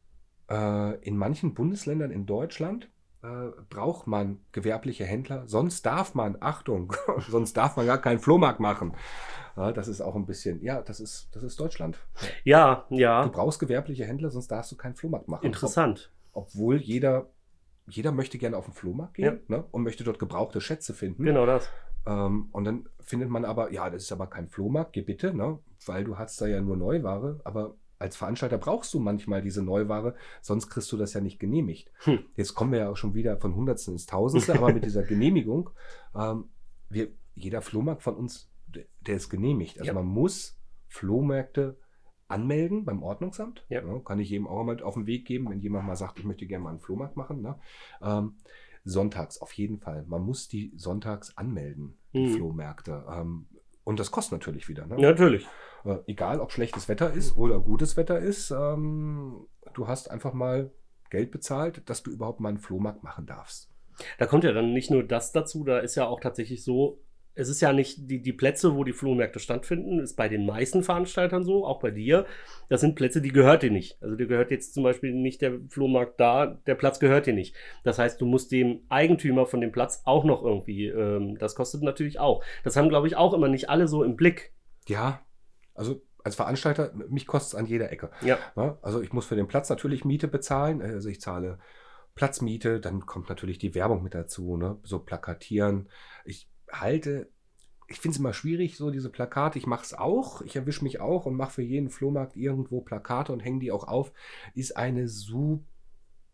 äh, in manchen Bundesländern in Deutschland äh, braucht man gewerbliche Händler, sonst darf man, Achtung, sonst darf man gar keinen Flohmarkt machen. Ja, das ist auch ein bisschen, ja, das ist, das ist Deutschland. Ja, ja. Du brauchst gewerbliche Händler, sonst darfst du keinen Flohmarkt machen. Interessant. Ob, obwohl jeder, jeder möchte gerne auf den Flohmarkt gehen, ja. ne, und möchte dort gebrauchte Schätze finden. Genau das. Ähm, und dann findet man aber, ja, das ist aber kein Flohmarkt, geh bitte, ne, weil du hast da ja nur Neuware, aber als Veranstalter brauchst du manchmal diese Neuware, sonst kriegst du das ja nicht genehmigt. Hm. Jetzt kommen wir ja auch schon wieder von Hundertsten ins Tausendste, aber mit dieser Genehmigung, ähm, wir, jeder Flohmarkt von uns, der, der ist genehmigt. Also ja. man muss Flohmärkte anmelden beim Ordnungsamt. Ja. Ja, kann ich jedem auch mal auf den Weg geben, wenn jemand mal sagt, ich möchte gerne mal einen Flohmarkt machen. Ne? Ähm, sonntags auf jeden Fall. Man muss die sonntags anmelden, die hm. Flohmärkte. Ähm, und das kostet natürlich wieder. Ne? Natürlich. Äh, egal, ob schlechtes Wetter ist oder gutes Wetter ist, ähm, du hast einfach mal Geld bezahlt, dass du überhaupt mal einen Flohmarkt machen darfst. Da kommt ja dann nicht nur das dazu, da ist ja auch tatsächlich so, es ist ja nicht die, die Plätze, wo die Flohmärkte stattfinden, ist bei den meisten Veranstaltern so, auch bei dir. Das sind Plätze, die gehört dir nicht. Also dir gehört jetzt zum Beispiel nicht der Flohmarkt da, der Platz gehört dir nicht. Das heißt, du musst dem Eigentümer von dem Platz auch noch irgendwie, ähm, das kostet natürlich auch. Das haben, glaube ich, auch immer nicht alle so im Blick. Ja, also als Veranstalter, mich kostet es an jeder Ecke. Ja. Ja, also ich muss für den Platz natürlich Miete bezahlen. Also ich zahle Platzmiete, dann kommt natürlich die Werbung mit dazu, ne? So plakatieren. Ich halte, ich finde es immer schwierig, so diese Plakate. Ich mache es auch, ich erwische mich auch und mache für jeden Flohmarkt irgendwo Plakate und hänge die auch auf. Ist eine super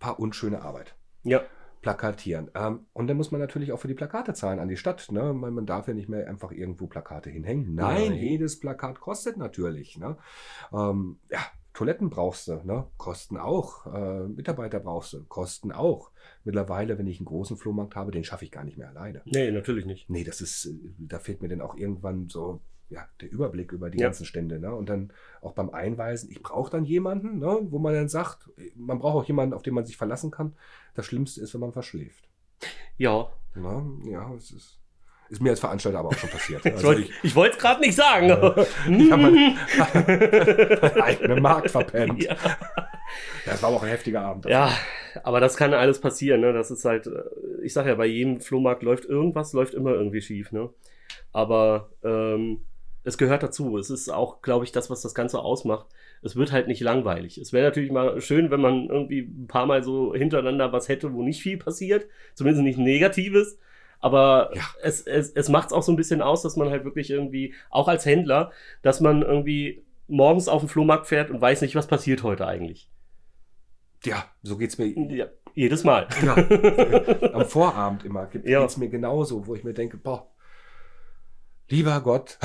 paar unschöne Arbeit. Ja. Plakatieren. Ähm, und dann muss man natürlich auch für die Plakate zahlen an die Stadt. Ne? Man, man darf ja nicht mehr einfach irgendwo Plakate hinhängen. Nein, Nein. jedes Plakat kostet natürlich. Ne? Ähm, ja, Toiletten brauchst du, ne? Kosten auch. Äh, Mitarbeiter brauchst du, kosten auch. Mittlerweile, wenn ich einen großen Flohmarkt habe, den schaffe ich gar nicht mehr alleine. Nee, natürlich nicht. Nee, das ist, da fehlt mir dann auch irgendwann so ja, der Überblick über die Ja. ganzen Stände. Ne? Und dann auch beim Einweisen, ich brauche dann jemanden, ne? Wo man dann sagt, man braucht auch jemanden, auf den man sich verlassen kann. Das Schlimmste ist, wenn man verschläft. Ja. Ne? Ja, es ist, ist mir als Veranstalter aber auch schon passiert. Ich Also wollte ich, ich wollte es gerade nicht sagen. äh, ich habe meinen mein eigenen Markt verpennt. Ja. Das war auch ein heftiger Abend. Ja, aber das kann alles passieren, ne? Das ist halt, äh, ich sag ja, bei jedem Flohmarkt läuft irgendwas, läuft immer irgendwie schief, ne? Aber ähm, es gehört dazu. Es ist auch, glaube ich, das, was das Ganze ausmacht. Es wird halt nicht langweilig. Es wäre natürlich mal schön, wenn man irgendwie ein paar Mal so hintereinander was hätte, wo nicht viel passiert. Zumindest nicht Negatives. Aber Ja. es, es, es macht es auch so ein bisschen aus, dass man halt wirklich irgendwie, auch als Händler, dass man irgendwie morgens auf den Flohmarkt fährt und weiß nicht, was passiert heute eigentlich. Ja, so geht's mir. Ja, jedes Mal. Ja, am Vorabend immer geht Ja. es mir genauso, wo ich mir denke, boah, lieber Gott,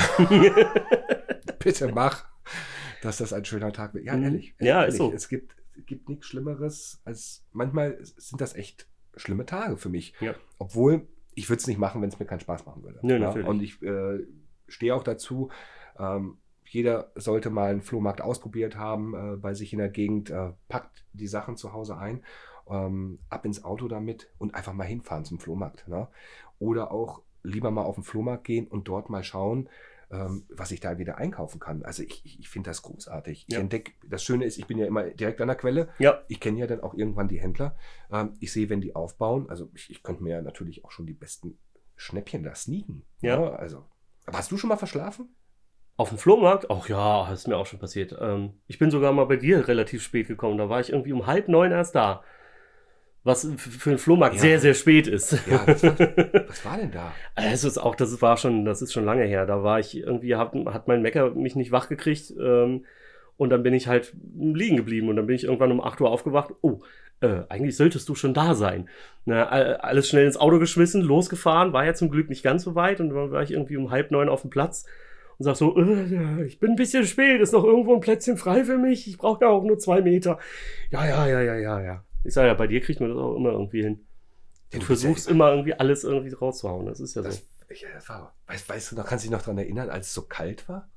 bitte mach, dass das ein schöner Tag wird. Ja, Mhm. ehrlich. Ja, ehrlich, ist so. Es gibt, es gibt nichts Schlimmeres als, manchmal sind das echt schlimme Tage für mich. Ja. Obwohl, ich würde es nicht machen, wenn es mir keinen Spaß machen würde. Nö, ja? natürlich. Und ich äh, stehe auch dazu, ähm, jeder sollte mal einen Flohmarkt ausprobiert haben äh, bei sich in der Gegend, äh, packt die Sachen zu Hause ein, ähm, ab ins Auto damit und einfach mal hinfahren zum Flohmarkt. Ne? Oder auch lieber mal auf den Flohmarkt gehen und dort mal schauen, ähm, was ich da wieder einkaufen kann. Also ich, ich, ich finde das großartig. Ich Ja. entdecke, das Schöne ist, ich bin ja immer direkt an der Quelle. Ja. Ich kenne ja dann auch irgendwann die Händler. Ähm, ich sehe, wenn die aufbauen, also ich, ich könnte mir ja natürlich auch schon die besten Schnäppchen da sneaken. Ja. Ne? Also, aber hast du schon mal verschlafen? Auf dem Flohmarkt? Ach ja, das ist mir auch schon passiert. Ähm, ich bin sogar mal bei dir relativ spät gekommen. Da war ich irgendwie um halb neun erst da. Was f- für einen Flohmarkt Ja. sehr, sehr spät ist. Ja, was war, was war denn da? Es ist auch, das war schon, das ist schon lange her. Da war ich irgendwie, hab, hat mein Wecker mich nicht wach gekriegt. Ähm, und dann bin ich halt liegen geblieben. Und dann bin ich irgendwann um acht Uhr aufgewacht. Oh, äh, eigentlich solltest du schon da sein. Na, all- alles schnell ins Auto geschmissen, losgefahren. War ja zum Glück nicht ganz so weit. Und dann war ich irgendwie um halb neun auf dem Platz. Und sag so, äh, ja, ich bin ein bisschen spät, ist noch irgendwo ein Plätzchen frei für mich? Ich brauche ja auch nur zwei Meter. Ja, ja, ja, ja, ja, ja. Ich sag ja, bei dir kriegt man das auch immer irgendwie hin. Du Ja, du bist versuchst ja- immer irgendwie alles irgendwie rauszuhauen. Das ist ja so. Das, ja, das war, weißt, weißt du noch, kannst du dich noch daran erinnern, als es so kalt war?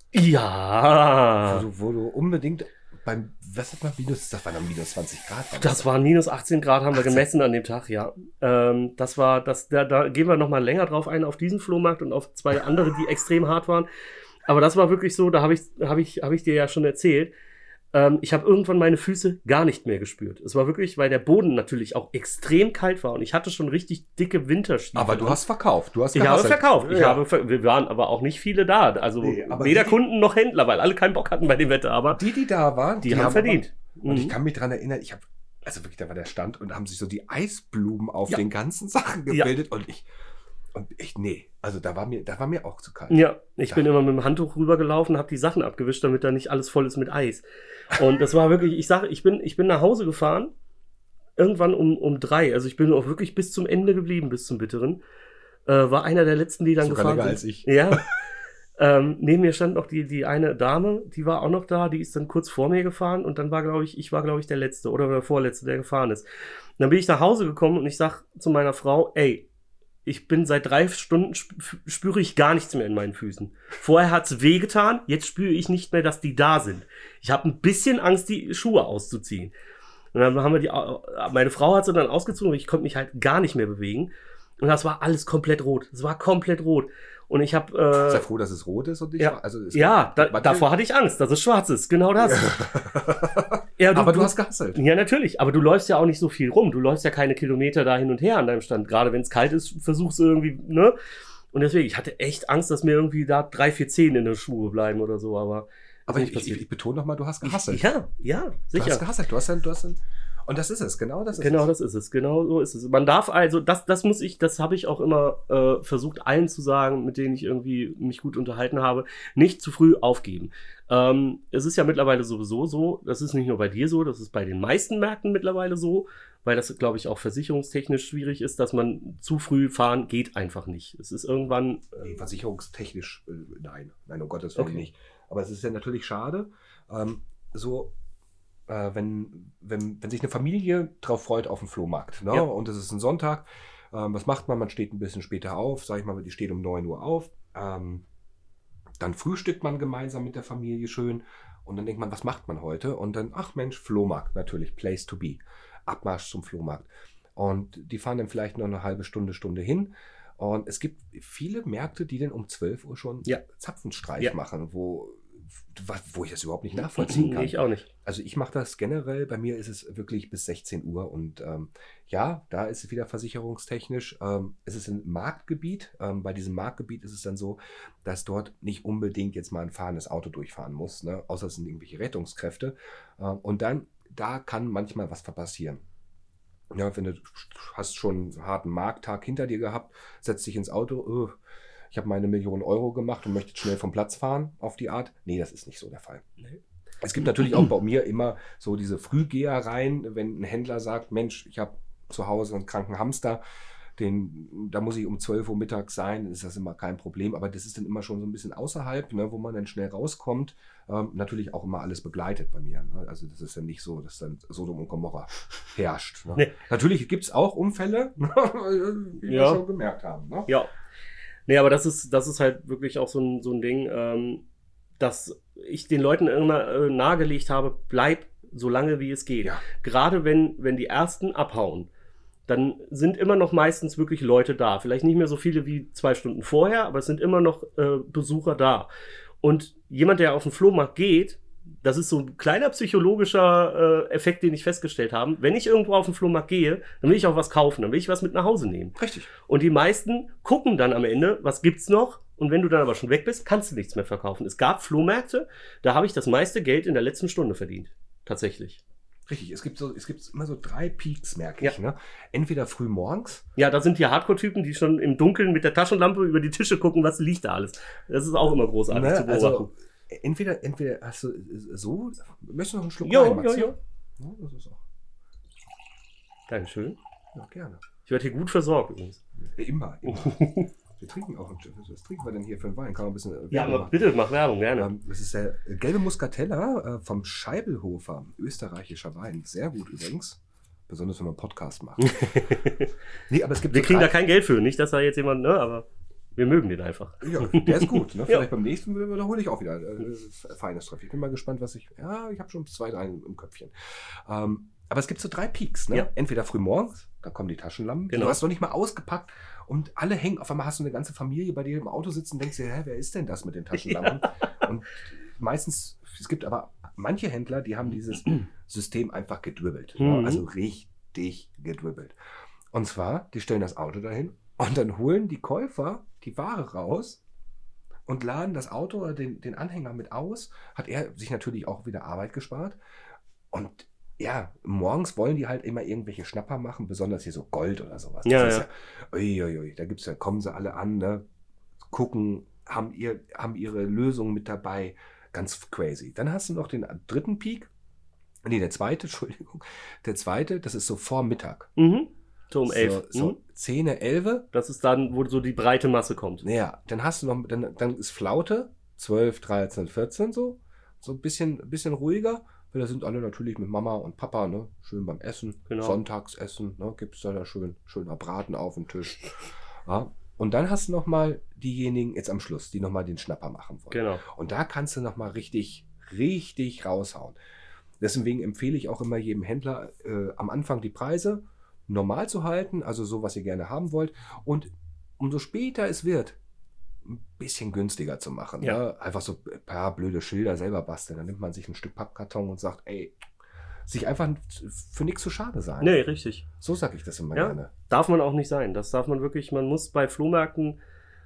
Ja. Wo, du, wo du unbedingt beim, was hat man, minus, das waren dann minus zwanzig Grad. war Das waren minus achtzehn Grad, haben wir achtzehn. gemessen an dem Tag, ja. Ähm, das war, das, da, da gehen wir nochmal länger drauf ein, auf diesen Flohmarkt und auf zwei andere, die extrem hart waren. Aber das war wirklich so, da habe ich, hab ich, hab ich dir ja schon erzählt. Ähm, ich habe irgendwann meine Füße gar nicht mehr gespürt. Es war wirklich, weil der Boden natürlich auch extrem kalt war und ich hatte schon richtig dicke Winterstiefel. Aber du an. hast verkauft. Du hast Ich habe gehasselt. verkauft. Ich Ja. habe ver wir waren aber auch nicht viele da. Also Nee, aber weder die- Kunden noch Händler, weil alle keinen Bock hatten bei dem Wetter. Aber Die, die da waren, die, haben verdient. Aber, und ich Mhm. kann mich daran erinnern, ich habe, also wirklich, da war der Stand und da haben sich so die Eisblumen auf Ja. den ganzen Sachen Ja. gebildet und ich, und ich, nee, also da war mir, da war mir auch zu kalt. Ja, ich Ja. bin immer mit dem Handtuch rübergelaufen, habe die Sachen abgewischt, damit da nicht alles voll ist mit Eis. Und das war wirklich, ich sage, ich bin, ich bin nach Hause gefahren, irgendwann um, um drei. Also ich bin auch wirklich bis zum Ende geblieben, bis zum Bitteren. Äh, war einer der letzten, die dann Sogar gefahren länger sind. als ich. Ja. ähm, neben mir stand noch die, die eine Dame, die war auch noch da, die ist dann kurz vor mir gefahren und dann war, glaube ich, ich war, glaube ich, der Letzte oder der Vorletzte, der gefahren ist. Und dann bin ich nach Hause gekommen und ich sag zu meiner Frau, ey, ich bin seit drei Stunden, sp spüre ich gar nichts mehr in meinen Füßen. Vorher hat's wehgetan, jetzt spüre ich nicht mehr, dass die da sind. Ich habe ein bisschen Angst, die Schuhe auszuziehen. Und dann haben wir die, meine Frau hat sie dann ausgezogen, aber ich konnte mich halt gar nicht mehr bewegen. Und das war alles komplett rot. Es war komplett rot. Und ich habe äh, Sei froh, dass es rot ist und nicht ja, schwarz. Also es ja da, manche- davor hatte ich Angst, dass es schwarz ist. Genau das. Ja, aber du hast gehasselt. ja, natürlich. Aber du läufst ja auch nicht so viel rum. Du läufst ja keine Kilometer da hin und her an deinem Stand. Gerade wenn es kalt ist, versuchst du irgendwie, ne? Und deswegen, ich hatte echt Angst, dass mir irgendwie da drei, vier Zehen in der Schuhe bleiben oder so. Aber, Aber ist ich, nicht ich, passiert. ich betone nochmal, du hast gehasselt. ja, ja, Du hast sicher. gehasselt. Du hast dann, du hast dann, Und das ist es, genau das ist genau es. das ist es, genau so ist es. Man darf also, das, das muss ich, das habe ich auch immer äh, versucht allen zu sagen, mit denen ich irgendwie mich gut unterhalten habe, nicht zu früh aufgeben. Ähm, es ist ja mittlerweile sowieso so, das ist nicht nur bei dir so, das ist bei den meisten Märkten mittlerweile so, weil das, glaube ich, auch versicherungstechnisch schwierig ist, dass man zu früh fahren geht einfach nicht. Es ist irgendwann... Äh, nee, versicherungstechnisch, äh, nein, nein, um Gottes Willen Okay. nicht. Aber es ist ja natürlich schade, ähm, so... Äh, wenn, wenn, wenn sich eine Familie drauf freut auf den Flohmarkt, ne? Ja. Und es ist ein Sonntag, ähm, was macht man? Man steht ein bisschen später auf, sag ich mal, die steht um neun Uhr auf, ähm, dann frühstückt man gemeinsam mit der Familie schön und dann denkt man, was macht man heute? Und dann, ach Mensch, Flohmarkt natürlich, Place to be, Abmarsch zum Flohmarkt. Und die fahren dann vielleicht noch eine halbe Stunde, Stunde hin. Und es gibt viele Märkte, die dann um zwölf Uhr schon Ja. Zapfenstreich Ja. machen, wo, wo ich das überhaupt nicht nachvollziehen kann. Nee, ich auch nicht. Also ich mache das generell, bei mir ist es wirklich bis sechzehn Uhr und ähm, ja, da ist es wieder versicherungstechnisch. Ähm, es ist ein Marktgebiet. Ähm, bei diesem Marktgebiet ist es dann so, dass dort nicht unbedingt jetzt mal ein fahrendes Auto durchfahren muss, ne? Außer es sind irgendwelche Rettungskräfte. Ähm, und dann, da kann manchmal was passieren. Ja, wenn du hast schon einen harten Markttag hinter dir gehabt, setzt dich ins Auto, uh, ich habe meine Million Euro gemacht und möchte schnell vom Platz fahren auf die Art. Nee, das ist nicht so der Fall. Nee. Es gibt natürlich auch bei mir immer so diese Frühgehereien, wenn ein Händler sagt, Mensch, ich habe zu Hause einen kranken Hamster, den, da muss ich um zwölf Uhr mittags sein, ist das immer kein Problem. Aber das ist dann immer schon so ein bisschen außerhalb, ne, wo man dann schnell rauskommt. Ähm, natürlich auch immer alles begleitet bei mir. Ne? Also das ist ja nicht so, dass dann Sodom und Gomorra herrscht. Ne? Nee. Natürlich gibt es auch Unfälle, wie Ja. wir schon gemerkt haben. Ne? Ja. Nee, aber das ist, das ist halt wirklich auch so ein, so ein Ding, ähm, dass ich den Leuten immer äh, nahegelegt habe, bleib so lange wie es geht. Ja. Gerade wenn, wenn die ersten abhauen, dann sind immer noch meistens wirklich Leute da. Vielleicht nicht mehr so viele wie zwei Stunden vorher, aber es sind immer noch äh, Besucher da. Und jemand, der auf den Flohmarkt geht, das ist so ein kleiner psychologischer äh, Effekt, den ich festgestellt habe. Wenn ich irgendwo auf den Flohmarkt gehe, dann will ich auch was kaufen, dann will ich was mit nach Hause nehmen. Richtig. Und die meisten gucken dann am Ende, was gibt's noch? Und wenn du dann aber schon weg bist, kannst du nichts mehr verkaufen. Es gab Flohmärkte, da habe ich das meiste Geld in der letzten Stunde verdient. Tatsächlich. Richtig, es gibt, so, es gibt immer so drei Peaks, merke Ja. ich. Ne? Entweder früh morgens. Ja, da sind die Hardcore-Typen, die schon im Dunkeln mit der Taschenlampe über die Tische gucken, was liegt da alles. Das ist auch immer großartig Ne? zu beobachten. Also, entweder, entweder hast du äh, so, möchtest du noch einen Schluck Jo, Wein, jo, Matze? jo. Ja, das ist auch. Dankeschön. Ja, gerne. Ich werde hier gut versorgt übrigens. Immer, immer. Wir trinken auch, was trinken wir denn hier für einen Wein? Kann man ein bisschen. Ja, Werbung aber bitte, mach Werbung, gerne. Ähm, Das ist der gelbe Muscatella äh, vom Scheibelhofer, österreichischer Wein. Sehr gut übrigens. Besonders wenn man einen Podcast macht. Nee, aber es gibt Wir so kriegen drei- da kein Geld für, nicht, dass da jetzt jemand, ne, aber wir mögen den einfach. Ja, der ist gut. Ne? Ja. Vielleicht beim nächsten wiederhole ich auch wieder äh, feines Treff. Ich bin mal gespannt, was ich. Ja, ich habe schon zwei, drei im Köpfchen. Ähm, aber es gibt so drei Peaks. Ne? Ja. Entweder früh morgens, da kommen die Taschenlampen. Genau. Du hast noch nicht mal ausgepackt und alle hängen. Auf einmal hast du eine ganze Familie bei dir im Auto sitzen und denkst dir, hä, wer ist denn das mit den Taschenlampen? Und meistens, es gibt aber manche Händler, die haben dieses System einfach gedribbelt. Mhm. Ne? Also richtig gedribbelt. Und zwar, die stellen das Auto dahin und dann holen die Käufer die Ware raus und laden das Auto oder den, den Anhänger mit aus. Hat er sich natürlich auch wieder Arbeit gespart. Und ja, morgens wollen die halt immer irgendwelche Schnapper machen, besonders hier so Gold oder sowas. Ja, das ja. ist ja, uiuiui, da gibt's ja, kommen sie alle an, ne, gucken, haben, ihr, haben ihre Lösung mit dabei. Ganz crazy. Dann hast du noch den dritten Peak. Nee, der zweite, Entschuldigung. Der zweite, das ist so vor Mittag. Mhm. So um elf. So, so Mhm. zehn, elf. Das ist dann, wo so die breite Masse kommt. Naja, dann hast du noch, dann, dann ist Flaute, zwölf, dreizehn, vierzehn so. So ein bisschen, bisschen ruhiger, weil da sind alle natürlich mit Mama und Papa, ne? Schön beim Essen, Genau. Sonntagsessen, ne? Gibt es da, da schön, schöner Braten auf dem Tisch. Ja. Und dann hast du nochmal diejenigen jetzt am Schluss, die nochmal den Schnapper machen wollen. Genau. Und da kannst du nochmal richtig, richtig raushauen. Deswegen empfehle ich auch immer jedem Händler, äh, am Anfang die Preise normal zu halten, also so, was ihr gerne haben wollt. Und umso später es wird, ein bisschen günstiger zu machen. Ja. Ne? Einfach so ein paar blöde Schilder selber basteln. Dann nimmt man sich ein Stück Pappkarton und sagt, ey, sich einfach für nichts zu schade sein. Nee, richtig. So sage ich das immer Ja. gerne. Darf man auch nicht sein. Das darf man wirklich, man muss bei Flohmärkten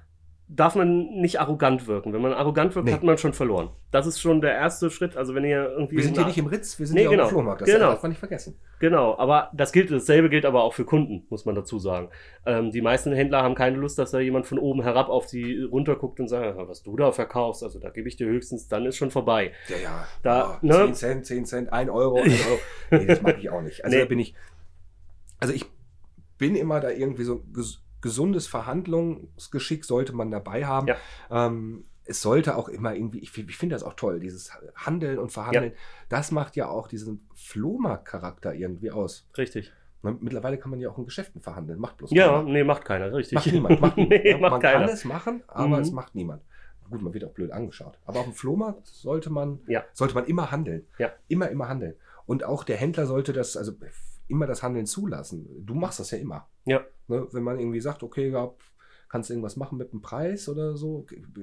darf man nicht arrogant wirken. Wenn man arrogant wirkt, Nee. hat man schon verloren. Das ist schon der erste Schritt. Also wenn ihr irgendwie... Wir sind hier nicht im Ritz, wir sind Nee, hier genau. auf dem Flohmarkt. Das Genau. darf man nicht vergessen. Genau, aber das gilt, dasselbe gilt aber auch für Kunden, muss man dazu sagen. Ähm, die meisten Händler haben keine Lust, dass da jemand von oben herab auf sie runterguckt und sagt, was du da verkaufst, also da gebe ich dir höchstens, dann ist schon vorbei. Ja, ja. Da, oh, ne? zehn Cent, zehn Cent, ein Euro, ein Euro. Nee, das mag ich auch nicht. Also Nee. da bin ich, also ich bin immer da irgendwie so ges gesundes Verhandlungsgeschick sollte man dabei haben. Ja. Ähm, es sollte auch immer irgendwie, ich, ich finde das auch toll, dieses Handeln und Verhandeln, Ja. das macht ja auch diesen Flohmarkt-Charakter irgendwie aus. Richtig. Mittlerweile kann man ja auch in Geschäften verhandeln, macht bloß Ja, keiner. nee, macht keiner, richtig. Macht niemand. Macht niemand. nee, Ja, macht man keiner. kann es machen, aber Mhm. es macht niemand. Gut, man wird auch blöd angeschaut. Aber auf dem Flohmarkt sollte man, Ja. sollte man immer handeln. Ja. Immer, immer handeln. Und auch der Händler sollte das, also immer das Handeln zulassen. Du machst das ja immer. Ja. Ne, wenn man irgendwie sagt, okay, ja, kannst du irgendwas machen mit dem Preis oder so?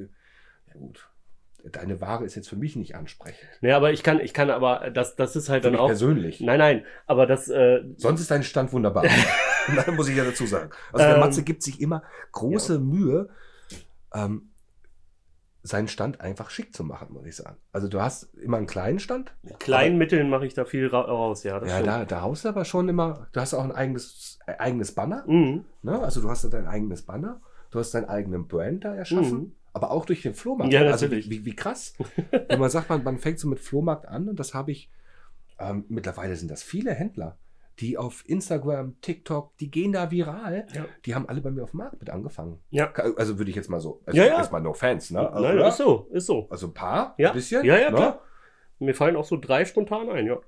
Ja gut, deine Ware ist jetzt für mich nicht ansprechend. Nee, aber ich kann, ich kann aber, das, das ist halt Für dann mich auch... persönlich. Nein, nein, aber das... Äh, Sonst ist dein Stand wunderbar. Das muss ich ja dazu sagen. Also der Ähm, Matze gibt sich immer große Mühe, ähm, seinen Stand einfach schick zu machen, muss ich sagen. Also du hast immer einen kleinen Stand. mit kleinen Mitteln mache ich da viel ra raus, ja. Das Ja, stimmt. da, da haust du aber schon immer, du hast auch ein eigenes, äh, eigenes Banner. Mhm. Ne? Also du hast da dein eigenes Banner, du hast deinen eigenen Brand da erschaffen, Mhm. aber auch durch den Flohmarkt. Ja, also natürlich. wie, wie, wie krass. Wenn man sagt, man, man fängt so mit Flohmarkt an und das habe ich, ähm, mittlerweile sind das viele Händler, die auf Instagram, TikTok, die gehen da viral. Ja. Die haben alle bei mir auf dem Markt mit angefangen. Ja. Also würde ich jetzt mal so, also Ja, ja. erstmal no fans, ne? Also, Nein, oder? ist so, ist so. Also ein paar, Ja. ein bisschen. Ja, ja, ne? klar. Mir fallen auch so drei spontan ein, ja.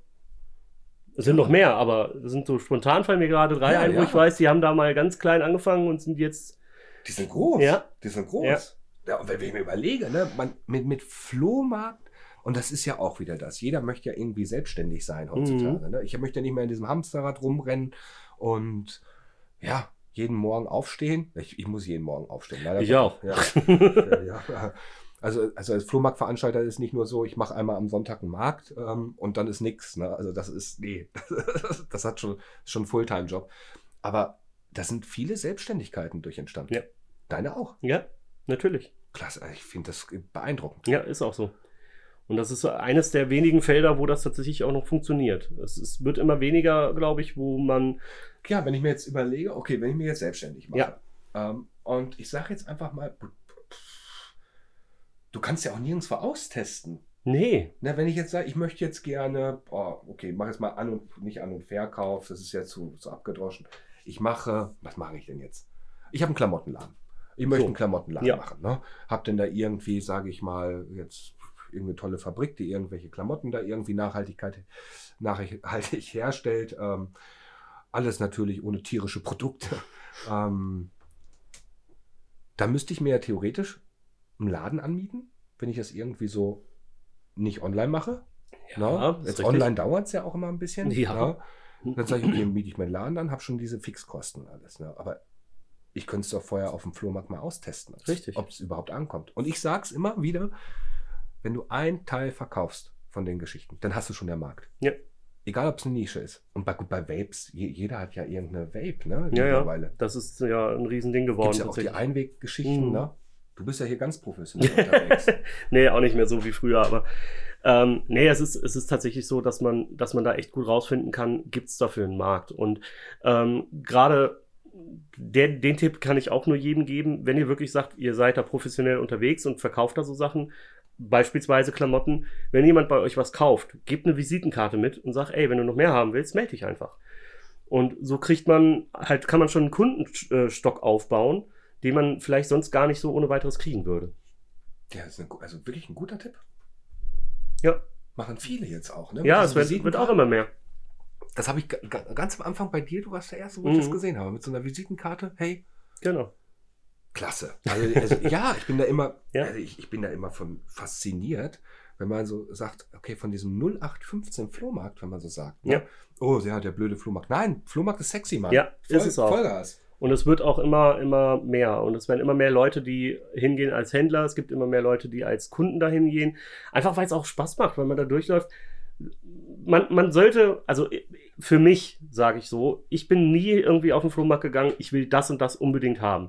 Es sind noch mehr, aber es sind so spontan fallen mir gerade drei Ja, ein, wo ja. ich weiß, die haben da mal ganz klein angefangen und sind jetzt... Die sind groß. Ja. Die sind groß. Ja. Ja, und wenn ich mir überlege, ne, man, mit, mit Flohmarkt, und das ist ja auch wieder das, jeder möchte ja irgendwie selbstständig sein heutzutage. Mhm. Ne? Ich möchte ja nicht mehr in diesem Hamsterrad rumrennen und ja, jeden Morgen aufstehen. Ich, ich muss jeden Morgen aufstehen. Leider Ich auch. Ja. ja, ja. Also, also als Flohmarktveranstalter ist nicht nur so, ich mache einmal am Sonntag einen Markt ähm, und dann ist nichts. Ne? Also das ist, nee, das hat schon, schon einen Fulltime-Job. Aber da sind viele Selbstständigkeiten durch entstanden. Ja. Deine auch. Ja, natürlich. Klasse, ich finde das beeindruckend. Ja, ist auch so. Und das ist so eines der wenigen Felder, wo das tatsächlich auch noch funktioniert. Es, es wird immer weniger, glaube ich, wo man... Ja, wenn ich mir jetzt überlege, okay, wenn ich mir jetzt selbstständig mache Ja. ähm, und ich sage jetzt einfach mal, du kannst ja auch nirgendwo austesten. Nee. Na, wenn ich jetzt sage, ich möchte jetzt gerne, oh, okay, mach jetzt mal An- und nicht An- und Verkauf, das ist ja zu, zu abgedroschen. Ich mache, was mache ich denn jetzt? Ich habe einen Klamottenladen. Ich möchte So. einen Klamottenladen Ja. machen. Ne? Hab denn da irgendwie, sage ich mal, jetzt irgendeine tolle Fabrik, die irgendwelche Klamotten da irgendwie Nachhaltigkeit, nachhaltig herstellt. Ähm, alles natürlich ohne tierische Produkte. ähm, da müsste ich mir ja theoretisch einen Laden anmieten, wenn ich das irgendwie so nicht online mache. Ja, Na? ist Jetzt richtig. online dauert es ja auch immer ein bisschen. Ja. Na? Dann sage ich, okay, miete ich meinen Laden an, habe schon diese Fixkosten und alles. Ne? Aber ich könnte es doch vorher auf dem Flohmarkt mal austesten, Richtig. ob es überhaupt ankommt. Und ich sage es immer wieder, wenn du ein Teil verkaufst von den Geschichten, dann hast du schon den Markt. Ja. Egal, ob es eine Nische ist. Und bei, gut, bei Vapes, je, jeder hat ja irgendeine Vape, ne? Ja, ja. Mittlerweile. Das ist ja ein Riesending geworden. Gibt ja auch die tatsächlich. Einweggeschichten, Mhm. ne? Du bist ja hier ganz professionell unterwegs. Nee, auch nicht mehr so wie früher, aber ähm, nee, es ist, es ist tatsächlich so, dass man, dass man da echt gut rausfinden kann, gibt es dafür einen Markt. Und ähm, gerade der, den Tipp kann ich auch nur jedem geben, wenn ihr wirklich sagt, ihr seid da professionell unterwegs und verkauft da so Sachen, beispielsweise Klamotten, wenn jemand bei euch was kauft, gebt eine Visitenkarte mit und sagt, ey, wenn du noch mehr haben willst, melde dich einfach. Und so kriegt man halt, kann man schon einen Kundenstock aufbauen, den man vielleicht sonst gar nicht so ohne weiteres kriegen würde. Ja, das ist ein, also wirklich ein guter Tipp. Ja. Machen viele jetzt auch, ne? Ja, Mit es wird, diesen wird auch Visitenkarten. immer mehr. Das habe ich ga- ga- ganz am Anfang bei dir, du warst der Erste, wo ich Mhm. das gesehen habe, mit so einer Visitenkarte. Hey, Genau. klasse. Also, also ja, ich bin da immer, Ja. also ich, ich bin da immer von fasziniert, wenn man so sagt, okay, von diesem null acht fünfzehn Flohmarkt, wenn man so sagt. Ne? Ja. Oh, ja, der blöde Flohmarkt. Nein, Flohmarkt ist sexy, Mann. Ja, Voll, ist es auch. Vollgas. Und es wird auch immer, immer mehr. Und es werden immer mehr Leute, die hingehen als Händler. Es gibt immer mehr Leute, die als Kunden da hingehen. Einfach weil es auch Spaß macht, wenn man da durchläuft. Man, man sollte, also für mich sage ich so, ich bin nie irgendwie auf den Flohmarkt gegangen, ich will das und das unbedingt haben.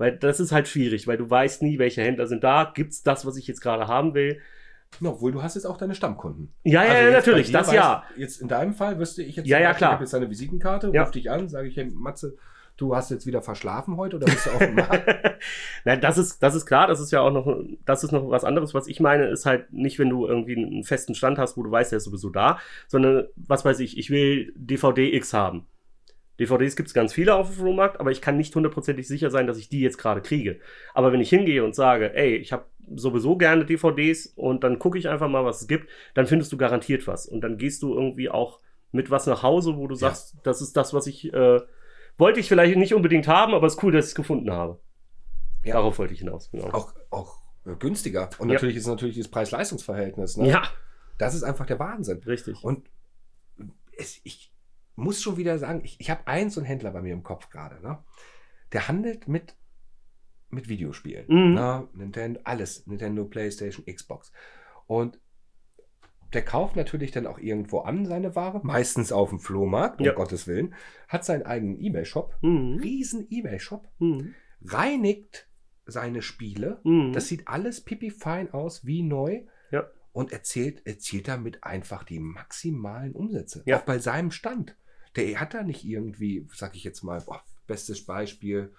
Weil das ist halt schwierig, weil du weißt nie, welche Händler sind da. Gibt's das, was ich jetzt gerade haben will? Ja, obwohl du hast jetzt auch deine Stammkunden. Ja, ja, also ja natürlich, das weiß, ja. Jetzt in deinem Fall wüsste ich jetzt, ja, ja, Beispiel, klar. ich habe jetzt deine Visitenkarte, ja. ruf dich an, sage ich, hey Matze, du hast jetzt wieder verschlafen heute oder bist du auf dem Markt? Nein, das ist, das ist klar, das ist ja auch noch, das ist noch was anderes. Was ich meine, ist halt nicht, wenn du irgendwie einen festen Stand hast, wo du weißt, der ist sowieso da, sondern, was weiß ich, ich will D V D X haben. D V Ds gibt es ganz viele auf dem Flohmarkt, aber ich kann nicht hundertprozentig sicher sein, dass ich die jetzt gerade kriege. Aber wenn ich hingehe und sage, ey, ich habe sowieso gerne D V Ds und dann gucke ich einfach mal, was es gibt, dann findest du garantiert was. Und dann gehst du irgendwie auch mit was nach Hause, wo du sagst, ja. das ist das, was ich, äh, wollte ich vielleicht nicht unbedingt haben, aber es ist cool, dass ich es gefunden habe. Ja. Darauf wollte ich hinaus. Genau. Auch, auch äh, günstiger. Und ja. natürlich ist natürlich das Preis-Leistungs-Verhältnis. Ne? Ja. Das ist einfach der Wahnsinn. Richtig. Und es, ich muss schon wieder sagen, ich, ich habe einen so einen Händler bei mir im Kopf gerade. Ne? Der handelt mit, mit Videospielen. Mhm. Ne? Nintendo, alles. Nintendo, PlayStation, Xbox. Und der kauft natürlich dann auch irgendwo an seine Ware, meistens auf dem Flohmarkt, um ja. Gottes Willen, hat seinen eigenen eBay-Shop, mhm. riesen eBay-Shop, mhm. reinigt seine Spiele, mhm. das sieht alles pipi-fein aus, wie neu, ja. und erzählt, erzielt damit einfach die maximalen Umsätze, ja. auch bei seinem Stand. Der hat da nicht irgendwie, sag ich jetzt mal, boah, bestes Beispiel,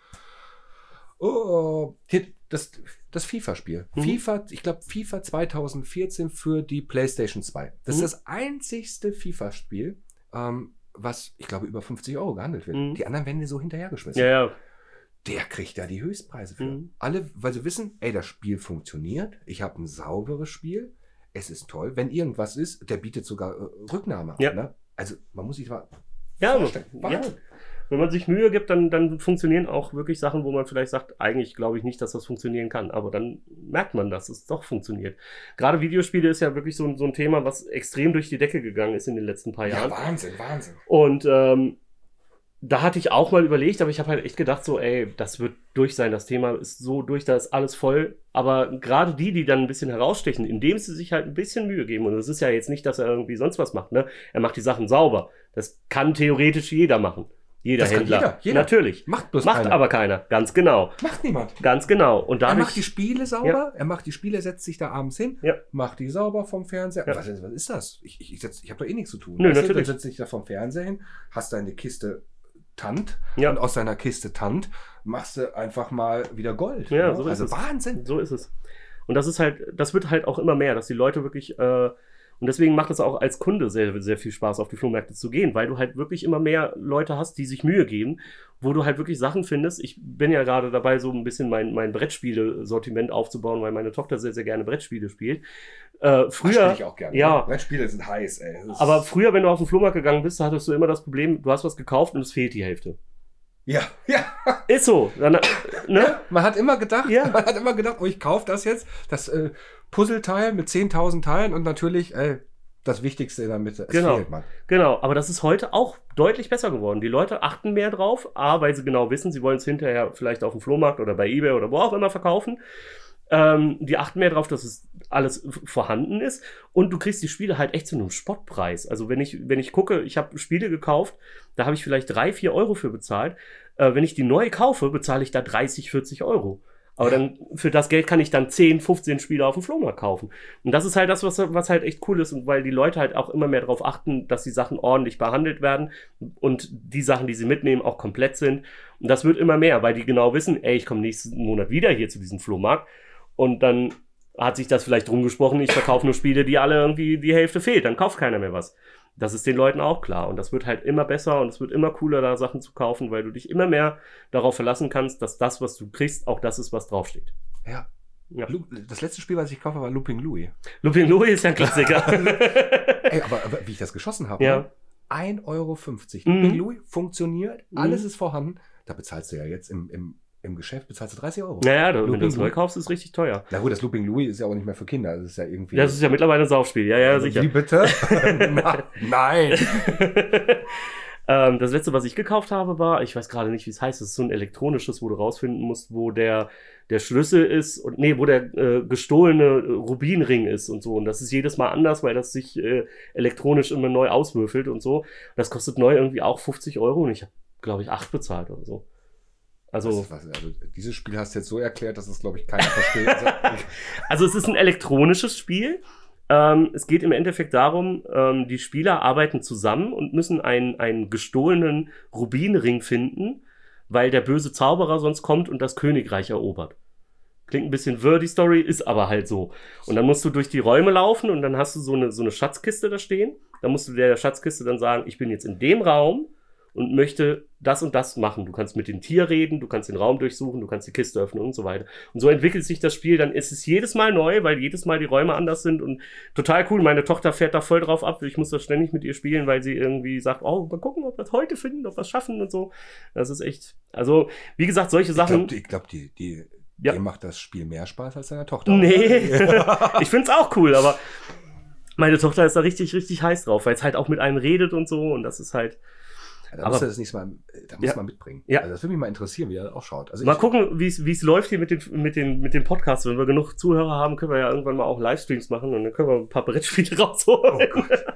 oh, das, das FIFA-Spiel. Mhm. FIFA, ich glaube FIFA zwanzig vierzehn für die PlayStation zwei. Das mhm. ist das einzigste FIFA-Spiel, ähm, was, ich glaube, über fünfzig Euro gehandelt wird. Mhm. Die anderen werden dir so hinterhergeschmissen. Ja, ja. Der kriegt da die Höchstpreise für. Mhm. Alle, weil sie wissen, ey, das Spiel funktioniert, ich habe ein sauberes Spiel, es ist toll. Wenn irgendwas ist, der bietet sogar äh, Rücknahme ja. an. Ne? Also man muss sich mal ja, vorstellen. Ja. Wenn man sich Mühe gibt, dann, dann funktionieren auch wirklich Sachen, wo man vielleicht sagt, eigentlich glaube ich nicht, dass das funktionieren kann. Aber dann merkt man, dass es doch funktioniert. Gerade Videospiele ist ja wirklich so, so ein Thema, was extrem durch die Decke gegangen ist in den letzten paar Jahren. Ja, Wahnsinn, Wahnsinn. Und ähm, da hatte ich auch mal überlegt, aber ich habe halt echt gedacht, so, ey, das wird durch sein. Das Thema ist so durch, da ist alles voll. Aber gerade die, die dann ein bisschen herausstechen, indem sie sich halt ein bisschen Mühe geben. Und es ist ja jetzt nicht, dass er irgendwie sonst was macht, ne? Er macht die Sachen sauber. Das kann theoretisch jeder machen. Jeder das Händler. Kann jeder, jeder. Natürlich. Macht bloß Macht keiner. aber keiner. Ganz genau. Macht niemand. Ganz genau. Und dadurch, er macht die Spiele sauber. Ja. Er macht die Spiele, setzt sich da abends hin, ja. macht die sauber vom Fernseher. Ja. Was, was ist das? Ich, ich, ich, ich habe doch eh nichts zu tun. Nö, weißt natürlich. Du, dann setzt dich da vom Fernseher hin, hast deine Kiste Tant ja. und aus deiner Kiste Tant machst du einfach mal wieder Gold. Ja, ne? so ist Also es. Wahnsinn. So ist es. Und das ist halt, das wird halt auch immer mehr, dass die Leute wirklich, äh, und deswegen macht es auch als Kunde sehr, sehr viel Spaß, auf die Flohmärkte zu gehen, weil du halt wirklich immer mehr Leute hast, die sich Mühe geben, wo du halt wirklich Sachen findest. Ich bin ja gerade dabei, so ein bisschen mein, mein Brettspiele-Sortiment aufzubauen, weil meine Tochter sehr, sehr gerne Brettspiele spielt. Äh, früher, spiele ich auch gerne. Ja, Brettspiele sind heiß, ey. Aber früher, wenn du auf den Flohmarkt gegangen bist, hattest du immer das Problem, du hast was gekauft und es fehlt die Hälfte. Ja, ja. Ist so. Dann, ne? Ja, man hat immer gedacht, ja. man hat immer gedacht, oh, ich kaufe das jetzt, das äh, Puzzleteil mit zehntausend Teilen und natürlich, ey, das Wichtigste in der Mitte, es genau. fehlt, Mann. Genau, aber das ist heute auch deutlich besser geworden. Die Leute achten mehr drauf, A, weil sie genau wissen, sie wollen es hinterher vielleicht auf dem Flohmarkt oder bei eBay oder wo auch immer verkaufen. Ähm, die achten mehr drauf, dass es alles vorhanden ist und du kriegst die Spiele halt echt zu einem Spottpreis. Also wenn ich, wenn ich gucke, ich habe Spiele gekauft, da habe ich vielleicht drei, vier Euro für bezahlt. Äh, wenn ich die neu kaufe, bezahle ich da dreißig, vierzig Euro. Aber ja. dann für das Geld kann ich dann zehn, fünfzehn Spiele auf dem Flohmarkt kaufen. Und das ist halt das, was, was halt echt cool ist, und weil die Leute halt auch immer mehr darauf achten, dass die Sachen ordentlich behandelt werden und die Sachen, die sie mitnehmen, auch komplett sind. Und das wird immer mehr, weil die genau wissen, ey, ich komme nächsten Monat wieder hier zu diesem Flohmarkt. Und dann hat sich das vielleicht rumgesprochen, ich verkaufe nur Spiele, die alle irgendwie die Hälfte fehlt. Dann kauft keiner mehr was. Das ist den Leuten auch klar. Und das wird halt immer besser und es wird immer cooler, da Sachen zu kaufen, weil du dich immer mehr darauf verlassen kannst, dass das, was du kriegst, auch das ist, was draufsteht. Ja. ja. Das letzte Spiel, was ich kaufe, war Looping Louis. Looping Louis ist ja ein Klassiker. Ey, aber, aber wie ich das geschossen habe, ja. ne? ein Euro fünfzig. Mhm. Looping Louis funktioniert, Mhm. alles ist vorhanden. Da bezahlst du ja jetzt im, im, im Geschäft bezahlst du dreißig Euro. Naja, wenn du es neu kaufst, ist es richtig teuer. Na gut, das Looping Louis ist ja auch nicht mehr für Kinder. Das ist ja irgendwie. Das ist ja mittlerweile ein Saufspiel, ja, ja, sicher. Wie bitte? Nein. ähm, das letzte, was ich gekauft habe, war, ich weiß gerade nicht, wie es heißt, es ist so ein elektronisches, wo du rausfinden musst, wo der, der Schlüssel ist und nee, wo der äh, gestohlene Rubinring ist und so. Und das ist jedes Mal anders, weil das sich äh, elektronisch immer neu auswürfelt und so. Das kostet neu irgendwie auch fünfzig Euro und ich habe, glaube ich, acht bezahlt oder so. Also, was, was, also dieses Spiel hast du jetzt so erklärt, dass es, glaube ich, keiner versteht. Also es ist ein elektronisches Spiel. Ähm, es geht im Endeffekt darum, ähm, die Spieler arbeiten zusammen und müssen einen, einen gestohlenen Rubinring finden, weil der böse Zauberer sonst kommt und das Königreich erobert. Klingt ein bisschen wirr, die Story, ist aber halt so. Und dann musst du durch die Räume laufen und dann hast du so eine, so eine Schatzkiste da stehen. Dann musst du der Schatzkiste dann sagen, ich bin jetzt in dem Raum und möchte das und das machen. Du kannst mit dem Tier reden, du kannst den Raum durchsuchen, du kannst die Kiste öffnen und so weiter. Und so entwickelt sich das Spiel. Dann ist es jedes Mal neu, weil jedes Mal die Räume anders sind und total cool. Meine Tochter fährt da voll drauf ab. Ich muss das ständig mit ihr spielen, weil sie irgendwie sagt, oh, mal gucken, ob wir es heute finden, ob wir es schaffen und so. Das ist echt, also, wie gesagt, solche Sachen. Ich glaube, glaub, die, die, ja. dir macht das Spiel mehr Spaß als deiner Tochter. Nee, ich find's auch cool, aber meine Tochter ist da richtig, richtig heiß drauf, weil es halt auch mit einem redet und so und das ist halt. Ja, da muss er das nächste Mal, da muss ja. man mitbringen. Ja. Also das würde mich mal interessieren, wie er das ausschaut. Also mal ich, gucken, wie es läuft hier mit den, mit, den, mit den Podcasts. Wenn wir genug Zuhörer haben, können wir ja irgendwann mal auch Livestreams machen und dann können wir ein paar Brettspiele rausholen. Oh Gott. Ja.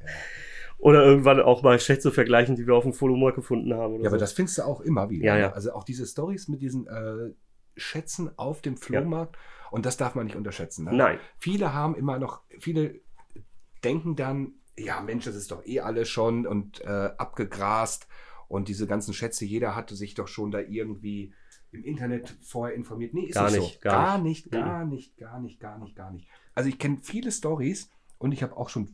Oder irgendwann auch mal Schätze vergleichen, die wir auf dem Flohmarkt gefunden haben. Oder ja, so. aber das findest du auch immer wieder. Ja, ja. Also auch diese Storys mit diesen äh, Schätzen auf dem Flohmarkt. Ja. Und das darf man nicht unterschätzen. Ne? Nein. Viele haben immer noch, viele denken dann, ja Mensch, das ist doch eh alles schon und äh, abgegrast. Und diese ganzen Schätze, jeder hatte sich doch schon da irgendwie im Internet vorher informiert. Nee, ist gar nicht nicht, so. Gar, gar nicht, nicht, gar mhm. nicht, gar nicht, gar nicht, gar nicht. Also ich kenne viele Storys und ich habe auch schon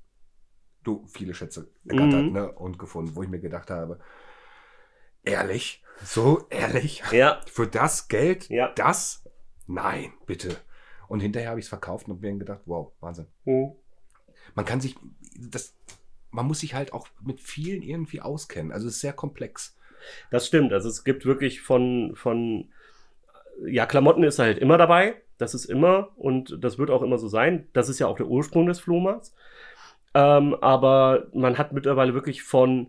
du, viele Schätze ergattert, mhm. ne, und gefunden, wo ich mir gedacht habe, ehrlich, so ehrlich, ja. für das Geld, ja. das? Nein, bitte. Und hinterher habe ich es verkauft und mir gedacht, wow, Wahnsinn. Mhm. Man kann sich, das... Man muss sich halt auch mit vielen irgendwie auskennen. Also es ist sehr komplex. Das stimmt. Also es gibt wirklich von, von ja, Klamotten ist halt immer dabei. Das ist immer und das wird auch immer so sein. Das ist ja auch der Ursprung des Flohmarkts. Ähm, aber man hat mittlerweile wirklich von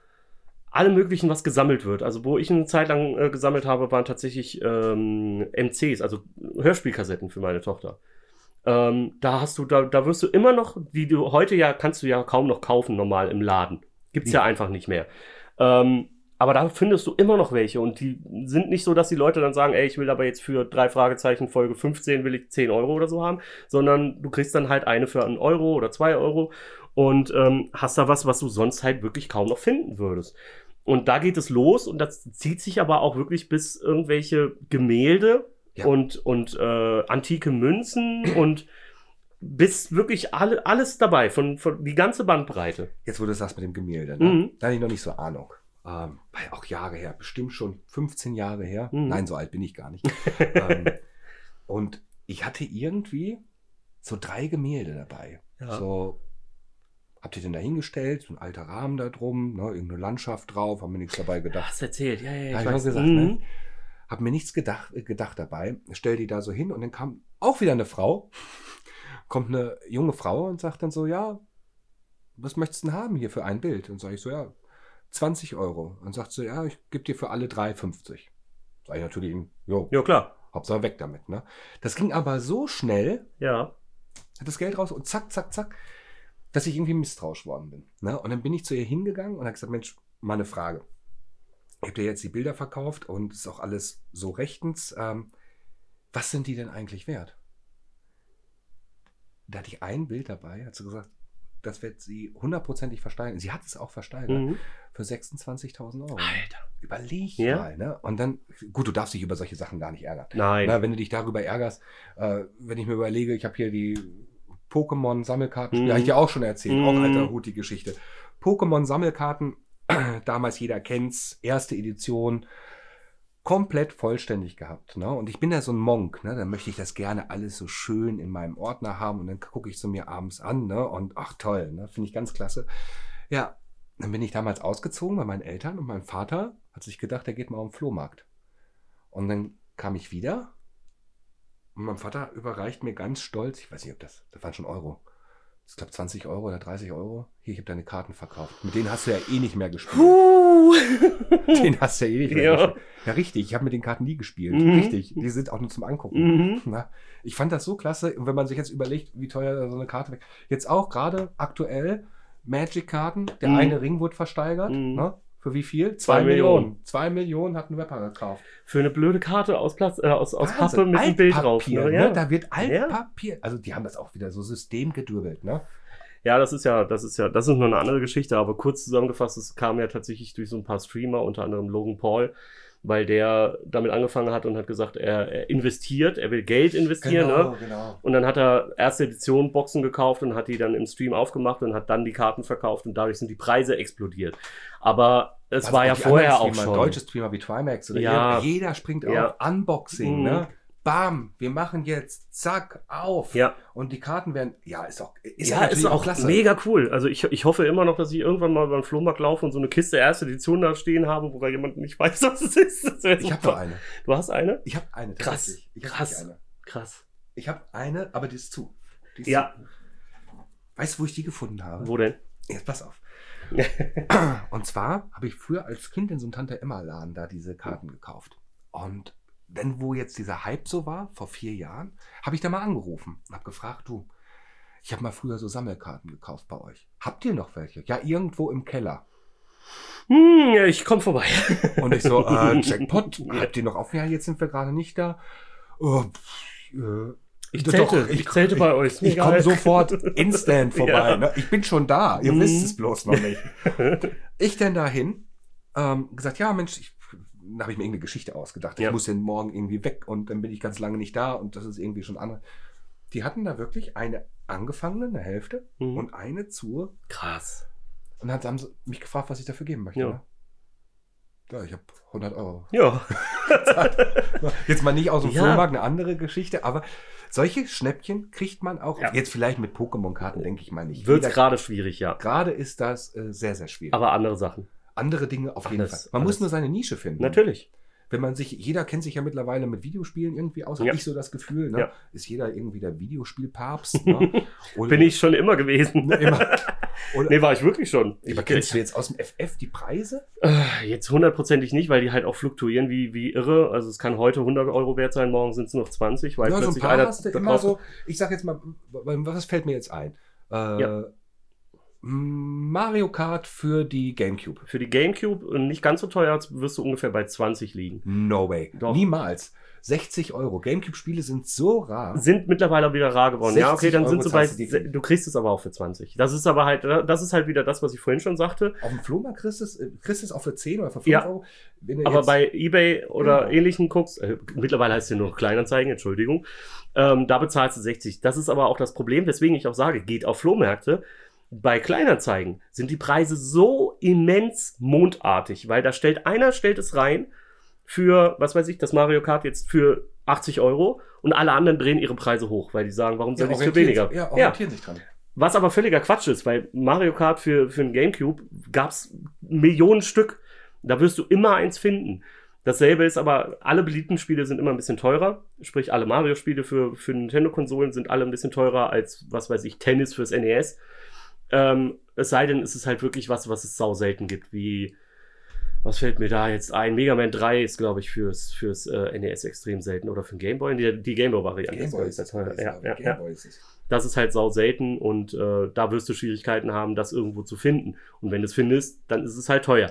allem Möglichen, was gesammelt wird. Also wo ich eine Zeit lang äh, gesammelt habe, waren tatsächlich ähm, M Cs, also Hörspielkassetten für meine Tochter. Ähm, da hast du, da, da wirst du immer noch, die du heute ja, kannst du ja kaum noch kaufen, normal im Laden. Gibt's ja, ja einfach nicht mehr. Ähm, aber da findest du immer noch welche und die sind nicht so, dass die Leute dann sagen, ey, ich will aber jetzt für drei Fragezeichen Folge fünfzehn will ich zehn Euro oder so haben, sondern du kriegst dann halt eine für einen Euro oder zwei Euro und ähm, hast da was, was du sonst halt wirklich kaum noch finden würdest. Und da geht es los und das zieht sich aber auch wirklich bis irgendwelche Gemälde, ja. und, und äh, antike Münzen und bis wirklich alle, alles dabei, von, von die ganze Bandbreite. Jetzt, wo du sagst mit dem Gemälde, ne? Mhm. Da hatte ich noch nicht so Ahnung. Ähm, auch Jahre her, bestimmt schon fünfzehn Jahre her. Mhm. Nein, so alt bin ich gar nicht. ähm, und ich hatte irgendwie so drei Gemälde dabei. Ja. So, habt ihr denn da hingestellt? So ein alter Rahmen da drum, ne? Irgendeine Landschaft drauf, haben mir nichts dabei gedacht. Hast erzählt, ja, ja, ja. Ich weiß gesagt, mhm. ne? Hab mir nichts gedacht, gedacht dabei, stell die da so hin und dann kam auch wieder eine Frau, kommt eine junge Frau und sagt dann so, ja, was möchtest du denn haben hier für ein Bild? Und sage ich so, ja, zwanzig Euro. Und sagt sie, ja, ich gebe dir für alle drei fünfzig. Sag ich natürlich, jo, ja klar, Hauptsache weg damit. Ne? Das ging aber so schnell, ja, hat das Geld raus und zack, zack, zack, dass ich irgendwie misstrauisch worden bin. Ne? Und dann bin ich zu ihr hingegangen und habe gesagt, Mensch, mal eine Frage. Ich habe dir jetzt die Bilder verkauft und ist auch alles so rechtens. Ähm, was sind die denn eigentlich wert? Da hatte ich ein Bild dabei, hat sie gesagt, das wird sie hundertprozentig versteigern. Sie hat es auch versteigert mhm. für sechsundzwanzigtausend Euro. Alter. Überleg ja? mal. Ne? Und dann, gut, du darfst dich über solche Sachen gar nicht ärgern. Nein. Na, wenn du dich darüber ärgerst, äh, wenn ich mir überlege, ich habe hier die Pokémon-Sammelkarten, mhm. habe ich dir auch schon erzählt, mhm. auch alter Hut die Geschichte. Pokémon-Sammelkarten, damals jeder kennt's, erste Edition, komplett vollständig gehabt. Ne? Und ich bin ja so ein Monk, ne? Dann möchte ich das gerne alles so schön in meinem Ordner haben und dann gucke ich so mir abends an, ne? Und ach toll, ne? Finde ich ganz klasse. Ja, dann bin ich damals ausgezogen bei meinen Eltern und mein Vater hat sich gedacht, er geht mal auf den Flohmarkt. Und dann kam ich wieder und mein Vater überreicht mir ganz stolz, ich weiß nicht, ob das, das waren schon Euro, ich glaube zwanzig Euro oder dreißig Euro. Hier, ich habe deine Karten verkauft. Mit denen hast du ja eh nicht mehr gespielt. Puh. Den hast du ja eh nicht mehr ja. gespielt. Ja, richtig. Ich habe mit den Karten nie gespielt. Mhm. Richtig. Die sind auch nur zum Angucken. Mhm. Na, ich fand das so klasse. Und wenn man sich jetzt überlegt, wie teuer so eine Karte weg. Jetzt auch gerade aktuell Magic-Karten. Der mhm. eine Ring wurde versteigert. Mhm. Ne, Für wie viel? Zwei Millionen. Zwei Millionen hat ein Rapper gekauft. Für eine blöde Karte aus, Platz, äh, aus, aus Wahnsinn. Pappe mit einem Bild drauf. Altpapier, Ne? ne? Ja. Da wird Altpapier. Also die haben das auch wieder so systemgedürbelt, ne? Ja, das ist ja, das ist ja, das ist nur eine andere Geschichte, aber kurz zusammengefasst, es kam ja tatsächlich durch so ein paar Streamer, unter anderem Logan Paul, weil der damit angefangen hat und hat gesagt, er, er investiert, er will Geld investieren, Genau, ne? genau. Und dann hat er erste Edition Boxen gekauft und hat die dann im Stream aufgemacht und hat dann die Karten verkauft und dadurch sind die Preise explodiert. Aber es Also war ja die vorher anderen auch Streamer, schon. deutsche Streamer wie Trimax oder Ja. jeder, jeder springt Ja. auf Unboxing, Mhm. ne? Bam, wir machen jetzt, zack, auf. Ja. Und die Karten werden, ja, ist auch, ist Ja, natürlich ist auch klasse. mega cool. Also ich, ich hoffe immer noch, dass ich irgendwann mal beim Flohmarkt laufe und so eine Kiste erste Edition da stehen habe, wo jemand nicht weiß, was es ist. Das wär Ich habe super. doch eine. Du hast eine? Ich habe eine. Krass, tatsächlich. Ich hab krass. wirklich Eine. Krass. Ich habe eine, aber die ist zu. Die ist Ja. zu. Weißt du, wo ich die gefunden habe? Wo denn? Jetzt pass auf. Und zwar habe ich früher als Kind in so einem Tante-Emma-Laden da diese Karten gekauft. Und dann, wo jetzt dieser Hype so war, vor vier Jahren, habe ich da mal angerufen und habe gefragt, du, ich habe mal früher so Sammelkarten gekauft bei euch. Habt ihr noch welche? Ja, irgendwo im Keller. Hm, ja, ich komm vorbei. Und ich so, äh, Jackpot, habt ihr noch offen? Ja, jetzt sind wir gerade nicht da. Oh, pff, äh, Ich doch, zelte, ich, zelte bei euch. Ich komme sofort instant vorbei. Ja. Ne? Ich bin schon da. Ihr Mhm. wisst es bloß noch nicht. Ich denn dahin, ähm, gesagt, ja Mensch, ich, dann habe ich mir irgendeine Geschichte ausgedacht. Ja. Ich muss denn morgen irgendwie weg und dann bin ich ganz lange nicht da und das ist irgendwie schon andere. Die hatten da wirklich eine angefangene, eine Hälfte Mhm. und eine zur. Krass. Und dann haben sie mich gefragt, was ich dafür geben möchte. Ja. Ne? Ja, ich habe hundert Euro. Ja. Jetzt mal nicht aus dem Ja. Flohmarkt, eine andere Geschichte, aber solche Schnäppchen kriegt man auch. Ja. Jetzt vielleicht mit Pokémon-Karten, denke ich mal nicht. Wird Jeder- gerade schwierig, ja. Gerade ist das äh, sehr, sehr schwierig. Aber andere Sachen. Andere Dinge auf jeden Alles, Fall. Man alles. muss nur seine Nische finden. Natürlich. Wenn man sich, jeder kennt sich ja mittlerweile mit Videospielen irgendwie aus, habe Ja. ich so das Gefühl, ne? Ja. Ist jeder irgendwie der Videospielpapst. Ne? Oder- Bin ich schon immer gewesen. Immer. Oder, Nee, war ich wirklich schon. aber Ich, kennst du jetzt aus dem F F die Preise? äh, jetzt hundertprozentig nicht, weil die halt auch fluktuieren wie, wie irre. Also es kann heute hundert Euro wert sein, morgen sind es noch zwanzig, weil Ja, so ein plötzlich paar einer hast du da immer drauf- so, ich sag jetzt mal, was fällt mir jetzt ein? Äh, Ja. Mario Kart für die Gamecube. Für die Gamecube nicht ganz so teuer, wirst du ungefähr bei zwanzig liegen. No way. Doch. Niemals. sechzig Euro. Gamecube-Spiele sind so rar. Sind mittlerweile wieder rar geworden. Ja, okay, dann sechzig sind sie bei, Euro zahlst du die. du kriegst es aber auch für zwanzig. Das ist aber halt, das ist halt wieder das, was ich vorhin schon sagte. Auf dem Flohmarkt kriegst du es, äh, kriegst du es auch für zehn oder für fünf Ja. Euro. Wenn du Aber jetzt- bei eBay oder Genau. ähnlichen guckst, äh, mittlerweile heißt es ja nur noch Kleinanzeigen, Entschuldigung, ähm, da bezahlst du sechzig. Das ist aber auch das Problem, weswegen ich auch sage, geht auf Flohmärkte. Bei Kleinanzeigen sind die Preise so immens mondartig, weil da stellt einer, stellt es rein für, was weiß ich, das Mario Kart jetzt für achtzig Euro und alle anderen drehen ihre Preise hoch, weil die sagen, warum soll ja, ich es für orientieren- weniger? Ja, orientieren sich dran. Was aber völliger Quatsch ist, weil Mario Kart für, für ein Gamecube gab es Millionen Stück. Da wirst du immer eins finden. Dasselbe ist aber, alle beliebten Spiele sind immer ein bisschen teurer. Sprich, alle Mario-Spiele für, für Nintendo-Konsolen sind alle ein bisschen teurer als, was weiß ich, Tennis fürs N E S. Ähm, es sei denn, es ist halt wirklich was, was es sau selten gibt, wie, was fällt mir da jetzt ein? Mega Man drei ist, glaube ich, fürs, fürs äh, N E S extrem selten. Oder für den Game Boy. Die, die Game Boy-Variante ist, Gameboy ist ja ist teuer. es. Ja, ja, ja. Gameboy ist es. Das ist halt sau selten und äh, da wirst du Schwierigkeiten haben, das irgendwo zu finden. Und wenn du es findest, dann ist es halt teuer.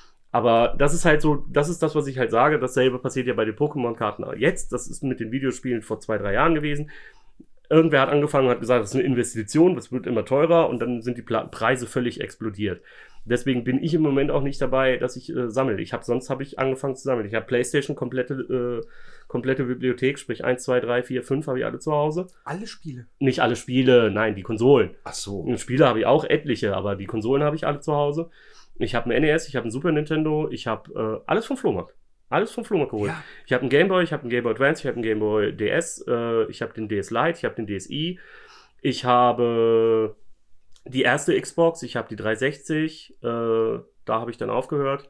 Aber das ist halt so, das ist das, was ich halt sage. Dasselbe passiert ja bei den Pokémon-Karten jetzt. Das ist mit den Videospielen vor zwei, drei Jahren gewesen. Irgendwer hat angefangen und hat gesagt, das ist eine Investition, das wird immer teurer und dann sind die Pla- Preise völlig explodiert. Deswegen bin ich im Moment auch nicht dabei, dass ich äh, sammle. Ich habe sonst habe ich angefangen zu sammeln. Ich habe PlayStation komplette äh, komplette Bibliothek, sprich eins, zwei, drei, vier, fünf habe ich alle zu Hause. Alle Spiele. Nicht alle Spiele, nein, die Konsolen. Ach so. Und Spiele habe ich auch etliche, aber die Konsolen habe ich alle zu Hause. Ich habe ein N E S, ich habe ein Super Nintendo, ich habe äh, alles vom Flohmarkt. Alles vom Flohmarkt geholt. Ja. Ich habe einen Game Boy, ich habe einen Game Boy Advance, ich habe einen Game Boy D S, äh, ich habe den D S Lite, ich habe den D S i, ich habe die erste Xbox, ich habe die dreihundertsechzig, äh, da habe ich dann aufgehört.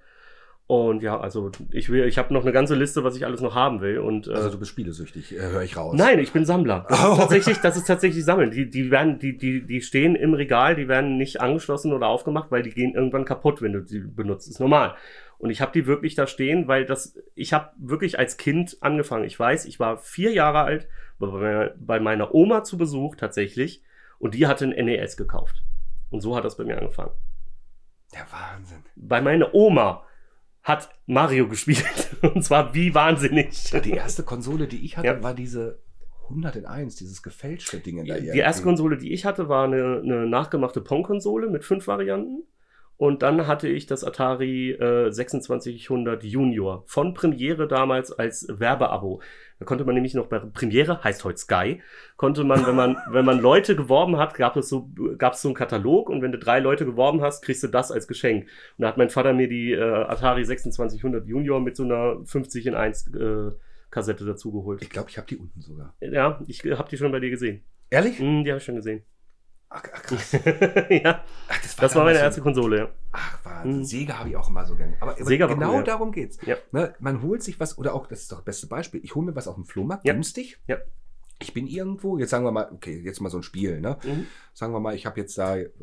Und ja, also ich will, ich habe noch eine ganze Liste, was ich alles noch haben will. Und, äh, Also du bist spielesüchtig, äh, höre ich raus. Nein, ich bin Sammler. Das Oh. ist tatsächlich, das ist tatsächlich Sammeln. Die, die werden, die, die, die stehen im Regal, die werden nicht angeschlossen oder aufgemacht, weil die gehen irgendwann kaputt, wenn du sie benutzt. Ist normal. Und ich habe die wirklich da stehen, weil das, ich habe wirklich als Kind angefangen. Ich weiß, ich war vier Jahre alt, bei meiner, bei meiner Oma zu Besuch tatsächlich, und die hatte ein N E S gekauft. Und so hat das bei mir angefangen. Der Wahnsinn. Bei meiner Oma hat Mario gespielt. Und zwar wie wahnsinnig. Ja, die erste Konsole, die ich hatte, Ja. war diese hunderteins, dieses gefälschte Ding in der Die erste Konsole, die ich hatte, war eine, eine nachgemachte Pong-Konsole mit fünf Varianten. Und dann hatte ich das Atari äh, sechsundzwanzighundert Junior von Premiere damals als Werbeabo. Da konnte man nämlich noch bei Premiere, heißt heute Sky, konnte man, wenn man, wenn man Leute geworben hat, gab es so, gab es so einen Katalog und wenn du drei Leute geworben hast, kriegst du das als Geschenk. Und da hat mein Vater mir die äh, Atari sechsundzwanzighundert Junior mit so einer fünfzig in eins äh, Kassette dazu geholt. Ich glaube, ich habe die unten sogar. Ja, ich habe die schon bei dir gesehen. Ehrlich? Mm, die habe ich schon gesehen. Ach, ach krass. Ja, Ach, das das war meine damals erste so, Konsole, ja. Ach, Wahnsinn. Mhm. Sega habe ich auch immer so gern. Aber, aber Sega war genau cool, ja. darum geht's. Ja. Ne, man holt sich was, oder auch, das ist doch das beste Beispiel, ich hole mir was auf dem Flohmarkt, Ja. günstig. Ja. Ich bin irgendwo, jetzt sagen wir mal, okay, jetzt mal so ein Spiel, ne? Mhm. Sagen wir mal, ich habe jetzt da äh,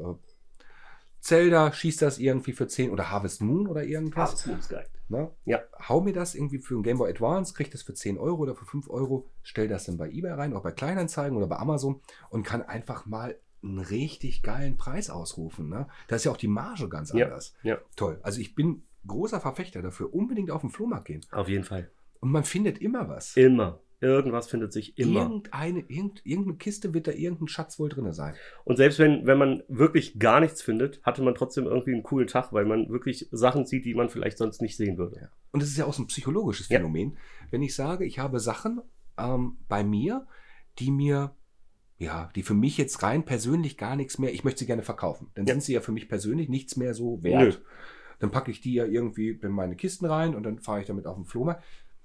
Zelda, schießt das irgendwie für zehn oder Harvest Moon oder irgendwas. Absolut geil. Ne? Ja. Hau mir das irgendwie für ein Game Boy Advance, krieg das für zehn Euro oder für fünf Euro, stell das dann bei eBay rein, auch bei Kleinanzeigen oder bei Amazon und kann einfach mal einen richtig geilen Preis ausrufen. Ne? Da ist ja auch die Marge ganz Ja. anders. Ja. Toll. Also ich bin großer Verfechter dafür, unbedingt auf den Flohmarkt gehen. Auf jeden Fall. Und man findet immer was. Immer. Irgendwas findet sich immer. Irgendeine, irgend, irgendeine Kiste wird da irgendein Schatz wohl drin sein. Und selbst wenn, wenn man wirklich gar nichts findet, hatte man trotzdem irgendwie einen coolen Tag, weil man wirklich Sachen sieht, die man vielleicht sonst nicht sehen würde. Ja. Und es ist ja auch so ein psychologisches Ja. Phänomen. Wenn ich sage, ich habe Sachen ähm, bei mir, die mir, ja, die für mich jetzt rein persönlich gar nichts mehr, ich möchte sie gerne verkaufen. Dann Ja. sind sie ja für mich persönlich nichts mehr so wert. Nö. Dann packe ich die ja irgendwie in meine Kisten rein und dann fahre ich damit auf den Flohmarkt.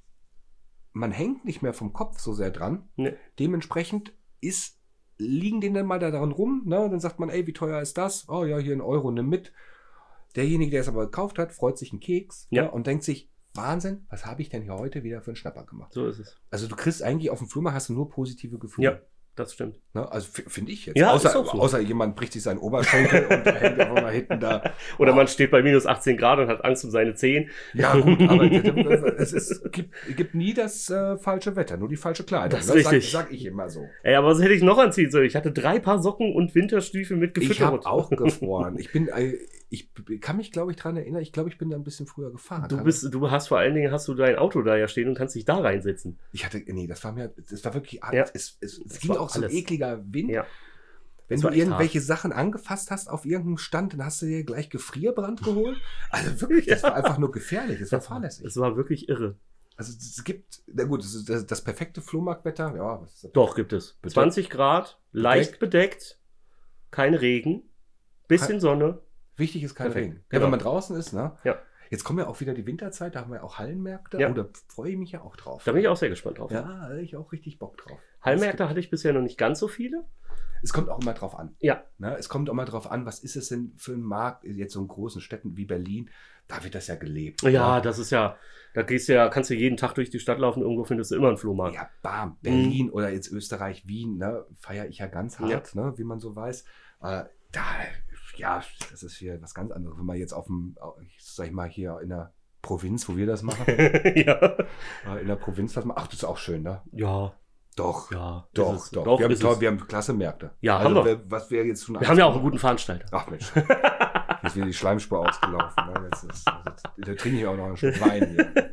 Man hängt nicht mehr vom Kopf so sehr dran. Nee. Dementsprechend ist, liegen denen dann mal da dran rum. Ne? Und dann sagt man, ey, wie teuer ist das? Oh ja, hier ein Euro, nimm mit. Derjenige, der es aber gekauft hat, freut sich einen Keks, Ja. ne? Und denkt sich, Wahnsinn, was habe ich denn hier heute wieder für einen Schnapper gemacht? So ist es. Also du kriegst eigentlich auf dem Flohmarkt hast du nur positive Gefühle. Ja, das stimmt. Ne? Also f- finde ich jetzt. Ja, außer, ist auch so. außer jemand bricht sich seinen Oberschenkel und der hängt einfach mal hinten da. Oder Wow. man steht bei minus achtzehn Grad und hat Angst um seine Zehen. Ja gut, aber es, ist, gibt, gibt nie das äh, falsche Wetter, nur die falsche Kleidung. Das ist ne? Sag, richtig. sag ich immer so. Ey, aber was hätte ich noch anziehen sollen? Ich hatte drei Paar Socken und Winterstiefel mit Ich gefüttert. habe auch gefroren. Ich bin, äh, ich kann mich, glaube ich, daran erinnern, ich glaube, ich bin da ein bisschen früher gefahren. Du Kann- bist, du hast vor allen Dingen hast du dein Auto da ja stehen und kannst dich da reinsetzen. Ich hatte, nee, das war mir, das war wirklich, Ja. es, es, es Das ging war auch so ein alles. ekliger Wind. Ja. Wenn Das du war echt irgendwelche Sachen angefasst hast auf irgendeinem Stand, dann hast du dir gleich Gefrierbrand geholt. Also wirklich, das Ja. war einfach nur gefährlich, es war Das war, fahrlässig. das war wirklich irre. Also es gibt, na gut, das, ist das, das perfekte Flohmarktwetter, ja. Was ist das? Doch, gibt es. Bedeckt. zwanzig Grad, leicht bedeckt, kein Regen, bisschen Sonne. Wichtig ist kein Perfekt, Regen. Ja, genau. wenn man draußen ist, ne? Ja. Jetzt kommen ja auch wieder die Winterzeit, da haben wir ja auch Hallenmärkte. Ja. Oh, da freue ich mich ja auch drauf. Da bin ich auch sehr gespannt drauf. Ja, da habe ich auch richtig Bock drauf. Heilmärkte hatte ich bisher noch nicht ganz so viele. Es kommt auch immer drauf an. Ja. Ne? Es kommt auch mal drauf an, was ist es denn für ein Markt, jetzt so in großen Städten wie Berlin, da wird das ja gelebt. Ja, das ist ja, da gehst du ja, kannst du jeden Tag durch die Stadt laufen, irgendwo findest du immer einen Flohmarkt. Ja, bam, Berlin oder jetzt Österreich, Wien, ne, feiere ich ja ganz hart, ne, wie man so weiß. Äh, da, ja, das ist hier was ganz anderes. Wenn man jetzt auf dem, sag ich mal, hier in der Provinz, wo wir das machen, ja. äh, in der Provinz was machen, ach, das ist auch schön, ne? Ja, Doch, ja. doch, ist es. doch. Doch wir, haben ist toll, es. wir haben klasse Märkte. Ja, also, haben wir. wer- Was wäre jetzt schon Wir haben ja auch einen guten Veranstalter. Ach Mensch, jetzt ist wieder die Schleimspur ausgelaufen. Ne? Jetzt ist, da trinke ich auch noch einen Schluck Wein hier.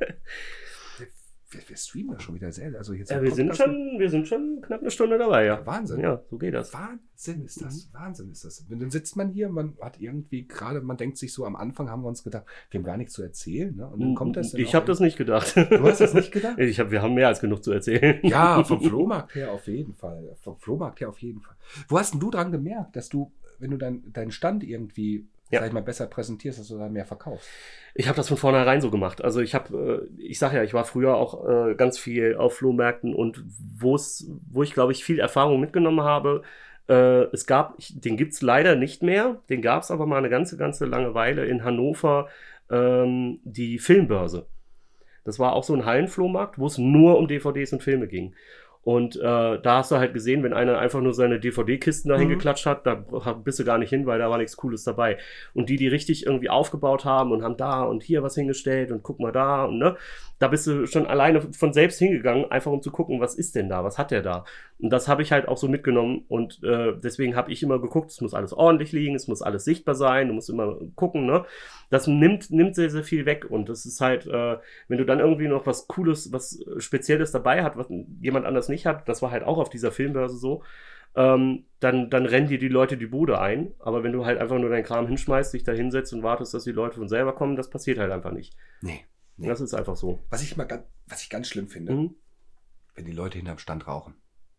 Wir, wir streamen ja schon wieder sehr. Also jetzt Ja, im wir sind Podcast- schon, wir sind schon knapp eine Stunde dabei, ja. Wahnsinn. Ja, so geht das. Wahnsinn ist das. Mhm. Wahnsinn ist das. Dann sitzt man hier, man hat irgendwie gerade, man denkt sich so, am Anfang haben wir uns gedacht, wir haben gar nichts zu erzählen. Ne? Und dann kommt das. dann Ich auch habe in- das nicht gedacht. Du hast das nicht gedacht? Ich hab, wir haben mehr als genug zu erzählen. Ja, vom Flohmarkt her auf jeden Fall. Vom Flohmarkt her auf jeden Fall. Wo hast denn du dran gemerkt, dass du, wenn du dein, deinen Stand irgendwie, Ja. sag ich mal, besser präsentierst, dass du da mehr verkaufst? Ich habe das von vornherein so gemacht. Also ich habe, äh, ich sage ja, ich war früher auch äh, ganz viel auf Flohmärkten und wo's, wo ich, glaube ich, viel Erfahrung mitgenommen habe. Äh, es gab, ich, den gibt's leider nicht mehr, den gab es aber mal eine ganze, ganze lange Weile in Hannover, ähm, die Filmbörse. Das war auch so ein Hallenflohmarkt, wo es nur um D V Ds und Filme ging. Und äh, da hast du halt gesehen, wenn einer einfach nur seine D V D-Kisten dahin Mhm. geklatscht hat, da bist du gar nicht hin, weil da war nichts Cooles dabei. Und die, die richtig irgendwie aufgebaut haben und haben da und hier was hingestellt und guck mal da und ne, da bist du schon alleine von selbst hingegangen, einfach um zu gucken, was ist denn da, was hat der da. Und das habe ich halt auch so mitgenommen und äh, deswegen habe ich immer geguckt, es muss alles ordentlich liegen, es muss alles sichtbar sein, du musst immer gucken, ne? Das nimmt, nimmt sehr, sehr viel weg und das ist halt, äh, wenn du dann irgendwie noch was Cooles, was Spezielles dabei hast, was jemand anders nicht hat, das war halt auch auf dieser Filmbörse so, ähm, dann, dann rennen dir die Leute die Bude ein, aber wenn du halt einfach nur deinen Kram hinschmeißt, dich da hinsetzt und wartest, dass die Leute von selber kommen, das passiert halt einfach nicht. Nee. nee. Das ist einfach so. Was ich mal ganz, was ich ganz schlimm finde, Mhm. wenn die Leute hinterm Stand rauchen.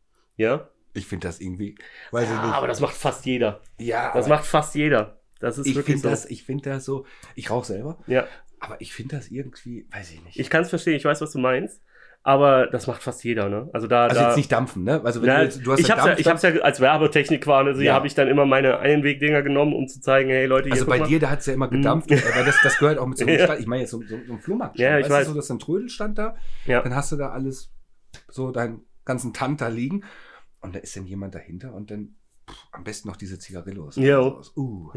Ja? Ich finde das irgendwie. Weiß Ja, ich nicht. aber das macht fast jeder. Ja, Das aber macht fast jeder. Das ist ich wirklich finde so. das, ich finde das so. Ich rauche selber, Ja, aber ich finde das irgendwie, weiß ich nicht. ich kann es verstehen, ich weiß, was du meinst, aber das macht fast jeder, ne? Also da, also da jetzt nicht dampfen, ne? Also wenn na, du, jetzt, du hast ich ja hab's ja, Dampf, ich hab's ja als Werbetechnik quasi, Ja. habe ich dann immer meine Einwegdinger genommen, um zu zeigen, hey Leute, hier also guck bei mal. dir, da hat es ja immer gedampft, Mhm. aber das, das gehört auch mit so einem Ja. Stand. Ich meine jetzt so, so, so ein Flohmarkt. Ja, ich weißt weiß. du, so, dass ein Trödelstand da, Ja. dann hast du da alles, so deinen ganzen Tant da liegen und da ist dann jemand dahinter und dann pff, am besten noch diese Zigarillos. Jo. Uh,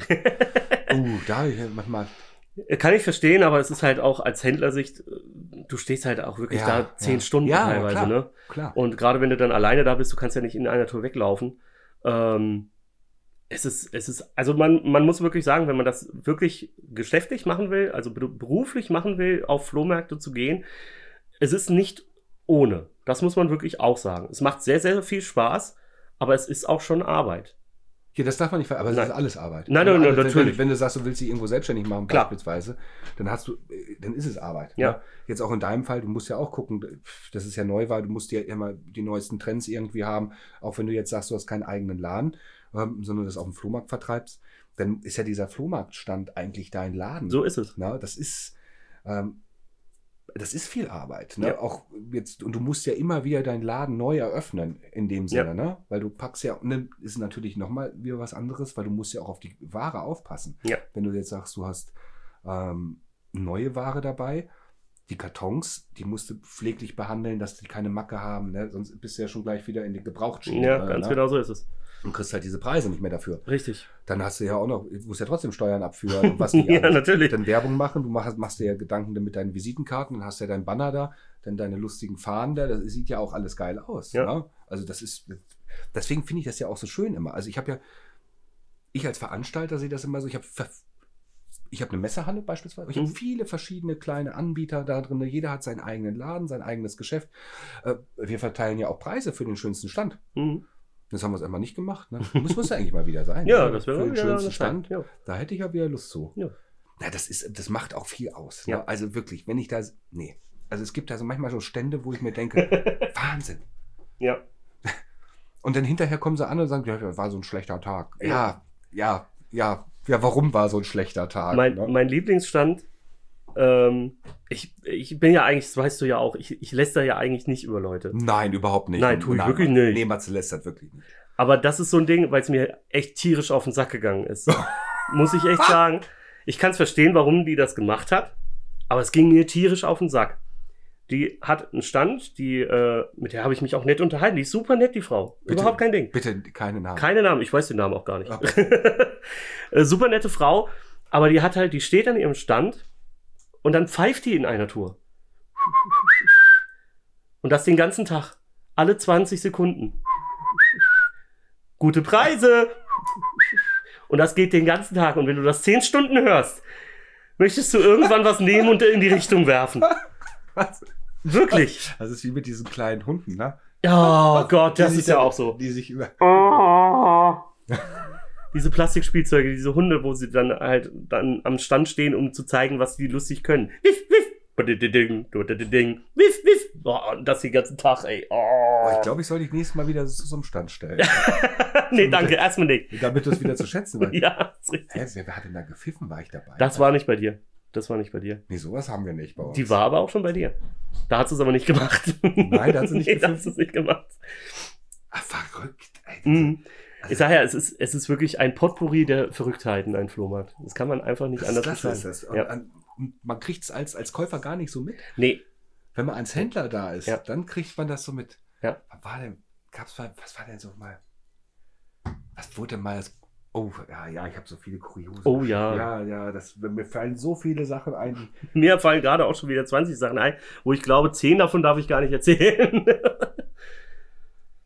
uh, da habe ich ja manchmal. Kann ich verstehen, aber es ist halt auch als Händlersicht, du stehst halt auch wirklich Ja, da zehn ja. Stunden Ja, teilweise, klar. ne? Klar. Und gerade wenn du dann alleine da bist, du kannst ja nicht in einer Tour weglaufen. Ähm, es ist, es ist, also man, man muss wirklich sagen, wenn man das wirklich geschäftlich machen will, also ber- beruflich machen will, auf Flohmärkte zu gehen, es ist nicht ohne. Das muss man wirklich auch sagen. Es macht sehr, sehr viel Spaß, aber es ist auch schon Arbeit. Ja, das darf man nicht ver- aber es Nein. ist alles Arbeit. Nein, Also nein, alles, nein, wenn, natürlich. Wenn, wenn du sagst, du willst dich irgendwo selbstständig machen, Klar. beispielsweise, dann hast du, äh, dann ist es Arbeit. Ja. Ne? Jetzt auch in deinem Fall, du musst ja auch gucken, dass es ja neu war, du musst ja immer die neuesten Trends irgendwie haben, auch wenn du jetzt sagst, du hast keinen eigenen Laden, ähm, sondern das auf dem Flohmarkt vertreibst, dann ist ja dieser Flohmarktstand eigentlich dein Laden. So ist es. Na, das ist, ähm, das ist viel Arbeit. Ne? Ja. Auch jetzt, und du musst ja immer wieder deinen Laden neu eröffnen, in dem Sinne, Ja. ne? Weil du packst ja, und dann ist natürlich nochmal wieder was anderes, weil du musst ja auch auf die Ware aufpassen. Ja. Wenn du jetzt sagst, du hast ähm, neue Ware dabei, die Kartons, die musst du pfleglich behandeln, dass die keine Macke haben, ne? Sonst bist du ja schon gleich wieder in den Gebrauchtschienen. Ja, äh, ganz ne? genau so ist es. Und kriegst halt diese Preise nicht mehr dafür. Richtig. Dann hast du ja auch noch, du musst ja trotzdem Steuern abführen und was nicht Ja, alles. natürlich. Dann Werbung machen, du machst, machst dir ja Gedanken mit deinen Visitenkarten, dann hast du ja dein Banner da, dann deine lustigen Fahnen da, das sieht ja auch alles geil aus. Ja. Ne? Also das ist, deswegen finde ich das ja auch so schön immer. Also ich habe ja, ich als Veranstalter sehe das immer so, ich habe ich habe eine Messehalle beispielsweise, ich Mhm. habe viele verschiedene kleine Anbieter da drin, jeder hat seinen eigenen Laden, sein eigenes Geschäft. Äh, Wir verteilen ja auch Preise für den schönsten Stand. Mhm. Das haben wir es einfach nicht gemacht. Ne? Muss, muss ja eigentlich mal wieder sein. Ja, ne? das wäre Für auch den wieder schönsten eine Stand. Stand. Ja. Da hätte ich ja wieder Lust zu. Ja. Na, das ist, das macht auch viel aus. Ja. Ne? Also wirklich, wenn ich da, nee. Also es gibt also manchmal so Stände, wo ich mir denke, Wahnsinn. Ja. Und dann hinterher kommen sie an und sagen, ja, war so ein schlechter Tag. Ja. Ja, ja, ja, ja, warum war so ein schlechter Tag? Mein, ne? mein Lieblingsstand, ähm, ich, ich bin ja eigentlich, das weißt du ja auch, ich, ich läster ja eigentlich nicht über Leute. Nein, überhaupt nicht. Nein, tue ich wirklich nicht. Nee, Matze lästert wirklich nicht. Aber das ist so ein Ding, weil es mir echt tierisch auf den Sack gegangen ist. Muss ich echt sagen. Ich kann es verstehen, warum die das gemacht hat, aber es ging mir tierisch auf den Sack. Die hat einen Stand, die, äh, mit der habe ich mich auch nett unterhalten. Die ist super nett, die Frau. Bitte, Überhaupt kein Ding. Bitte keine Namen. Keine Namen, ich weiß den Namen auch gar nicht. Okay. Äh, super nette Frau, aber die hat halt, die steht an ihrem Stand und dann pfeift die in einer Tour. Und das den ganzen Tag. Alle zwanzig Sekunden. Gute Preise. Und das geht den ganzen Tag. Und wenn du das zehn Stunden hörst, möchtest du irgendwann was nehmen und in die Richtung werfen. Was? Wirklich. Das ist wie mit diesen kleinen Hunden, ne? Oh Gott, das Die ist sich ja dann- auch so. Die sich über. Diese Plastikspielzeuge, diese Hunde, wo sie dann halt dann am Stand stehen, um zu zeigen, was die lustig können. Wiff, wiff. Ding, ding, wiff, wiff. Oh, und das den ganzen Tag, ey. Oh, Oh. ich glaube, ich soll dich nächstes Mal wieder so zum Stand stellen. Nee, danke, erstmal nicht. Damit du es wieder zu schätzen weißt. Ja, ist richtig. Hä, wer, wer hat denn da gepfiffen? War ich dabei? Das war nicht bei dir. Das war nicht bei dir. Nee, sowas haben wir nicht bei uns. Die war aber auch schon bei dir. Da hat sie es aber nicht gemacht. Nein, da hat sie nicht nee, da hat gepfiffen. sie es nicht gemacht. Ach, verrückt. Ey, Mhm. Also- Ich sage ja, es ist, es ist wirklich ein Potpourri der Verrücktheiten, ein Flohmarkt. Das kann man einfach nicht das anders klasse beschreiben. ist das. Und, Ja. an, und man kriegt es als, als Käufer gar nicht so mit. Nee, Wenn man als Händler da ist, Ja. dann kriegt man das so mit. Ja. Was war denn, gab's mal, was war denn so mal, was wurde denn mal das, oh, ja, ja, ich habe so viele Kuriose. Oh ja. Ja, ja, das, mir fallen so viele Sachen ein. mir fallen gerade auch schon wieder zwanzig Sachen ein, wo ich glaube, zehn davon darf ich gar nicht erzählen.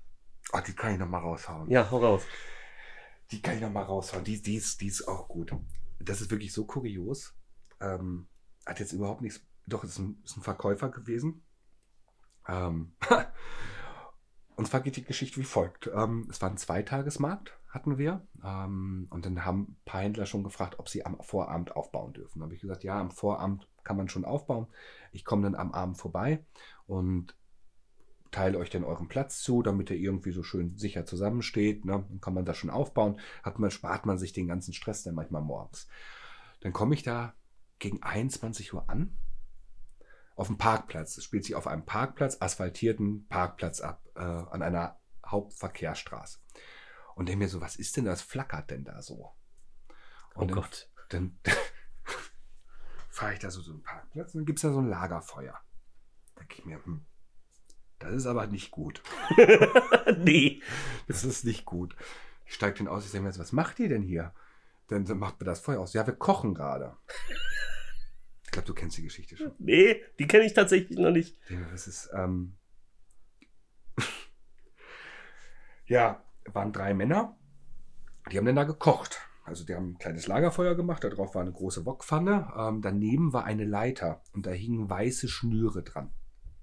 Oh, die kann ich noch mal raushauen. Ja, hau raus. Die kann ich noch mal raushauen. Die, die, ist, die ist auch gut. Das ist wirklich so kurios. Ähm, hat jetzt überhaupt nichts... Doch, es ist ein, ist ein Verkäufer gewesen. Ähm, und zwar geht die Geschichte wie folgt. Ähm, es war ein Zweitagesmarkt, hatten wir. Ähm, und dann haben ein paar Händler schon gefragt, ob sie am Vorabend aufbauen dürfen. Da habe ich gesagt, ja, am Vorabend kann man schon aufbauen. Ich komme dann am Abend vorbei und teile euch dann euren Platz zu, damit er irgendwie so schön sicher zusammensteht. Ne? Dann kann man das schon aufbauen. Hat man, spart man sich den ganzen Stress dann manchmal morgens. Dann komme ich da gegen einundzwanzig Uhr an. Auf dem Parkplatz. Es spielt sich auf einem Parkplatz, asphaltierten Parkplatz ab, äh, an einer Hauptverkehrsstraße. Und denke mir so, was ist denn das? Flackert denn da so? Und Oh dann, Gott. Dann fahre ich da so, so einen Parkplatz und dann gibt es da so ein Lagerfeuer. Da denke ich mir, hm, das ist aber nicht gut. Nee. Das ist nicht gut. Ich steige dann aus, ich denke mir, was macht ihr denn hier? Dann macht mir das Feuer aus. Ja, wir kochen gerade. Ich glaube, du kennst die Geschichte schon. Nee, die kenne ich tatsächlich noch nicht. Das ist, ähm ja, waren drei Männer, die haben dann da gekocht. Also die haben ein kleines Lagerfeuer gemacht, da drauf war eine große Wokpfanne. Ähm, daneben war eine Leiter und da hingen weiße Schnüre dran.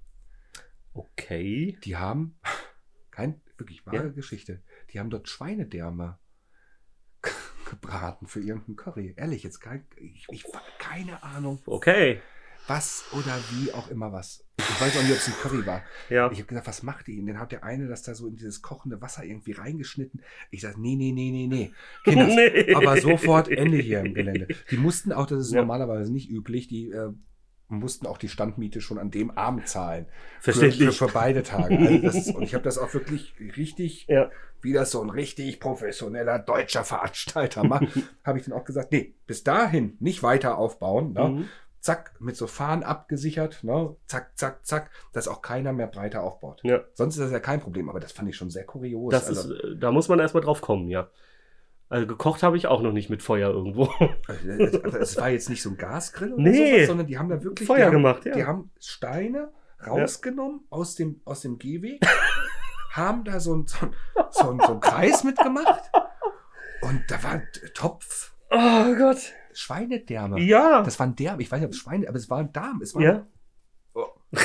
Okay. Die haben, kein, wirklich wahre Ja. Geschichte, die haben dort Schweinedärme gebraten für irgendeinen Curry. Ehrlich, jetzt kein, ich, ich keine Ahnung, Okay. was oder wie auch immer was. Ich weiß auch nicht, ob es ein Curry war. Ja. Ich habe gesagt, was macht ihr? Und dann hat der eine das da so in dieses kochende Wasser irgendwie reingeschnitten. Ich sage, nee, nee, nee, nee, nee. Kinders, Nee. aber sofort Ende hier im Gelände. Die mussten auch, das ist Ja. normalerweise nicht üblich, die äh, mussten auch die Standmiete schon an dem Abend zahlen. Verständlich. Für, für, für beide Tage. Also das, und ich habe das auch wirklich richtig, Ja. wie das so ein richtig professioneller deutscher Veranstalter macht, habe ich dann auch gesagt, nee, bis dahin nicht weiter aufbauen. Ne? Mhm. Zack, mit so Fahnen abgesichert, ne? Zack, zack, zack, dass auch keiner mehr breiter aufbaut. Ja. Sonst ist das ja kein Problem, aber das fand ich schon sehr kurios. Das also, ist, äh, da muss man erstmal drauf kommen, ja. Also gekocht habe ich auch noch nicht mit Feuer irgendwo. also, es war jetzt nicht so ein Gasgrill oder Nee. sowas, sondern die haben da wirklich Feuer die haben, gemacht, ja. Die haben Steine rausgenommen aus dem, aus dem Gehweg, haben da so einen so ein, so ein, so ein Kreis mitgemacht und da war ein Topf Oh Gott. Schweinedärme. Ja. Das waren Därme, ich weiß nicht, ob es Schweine, aber es war ein Darm. Es war Ja. Oh.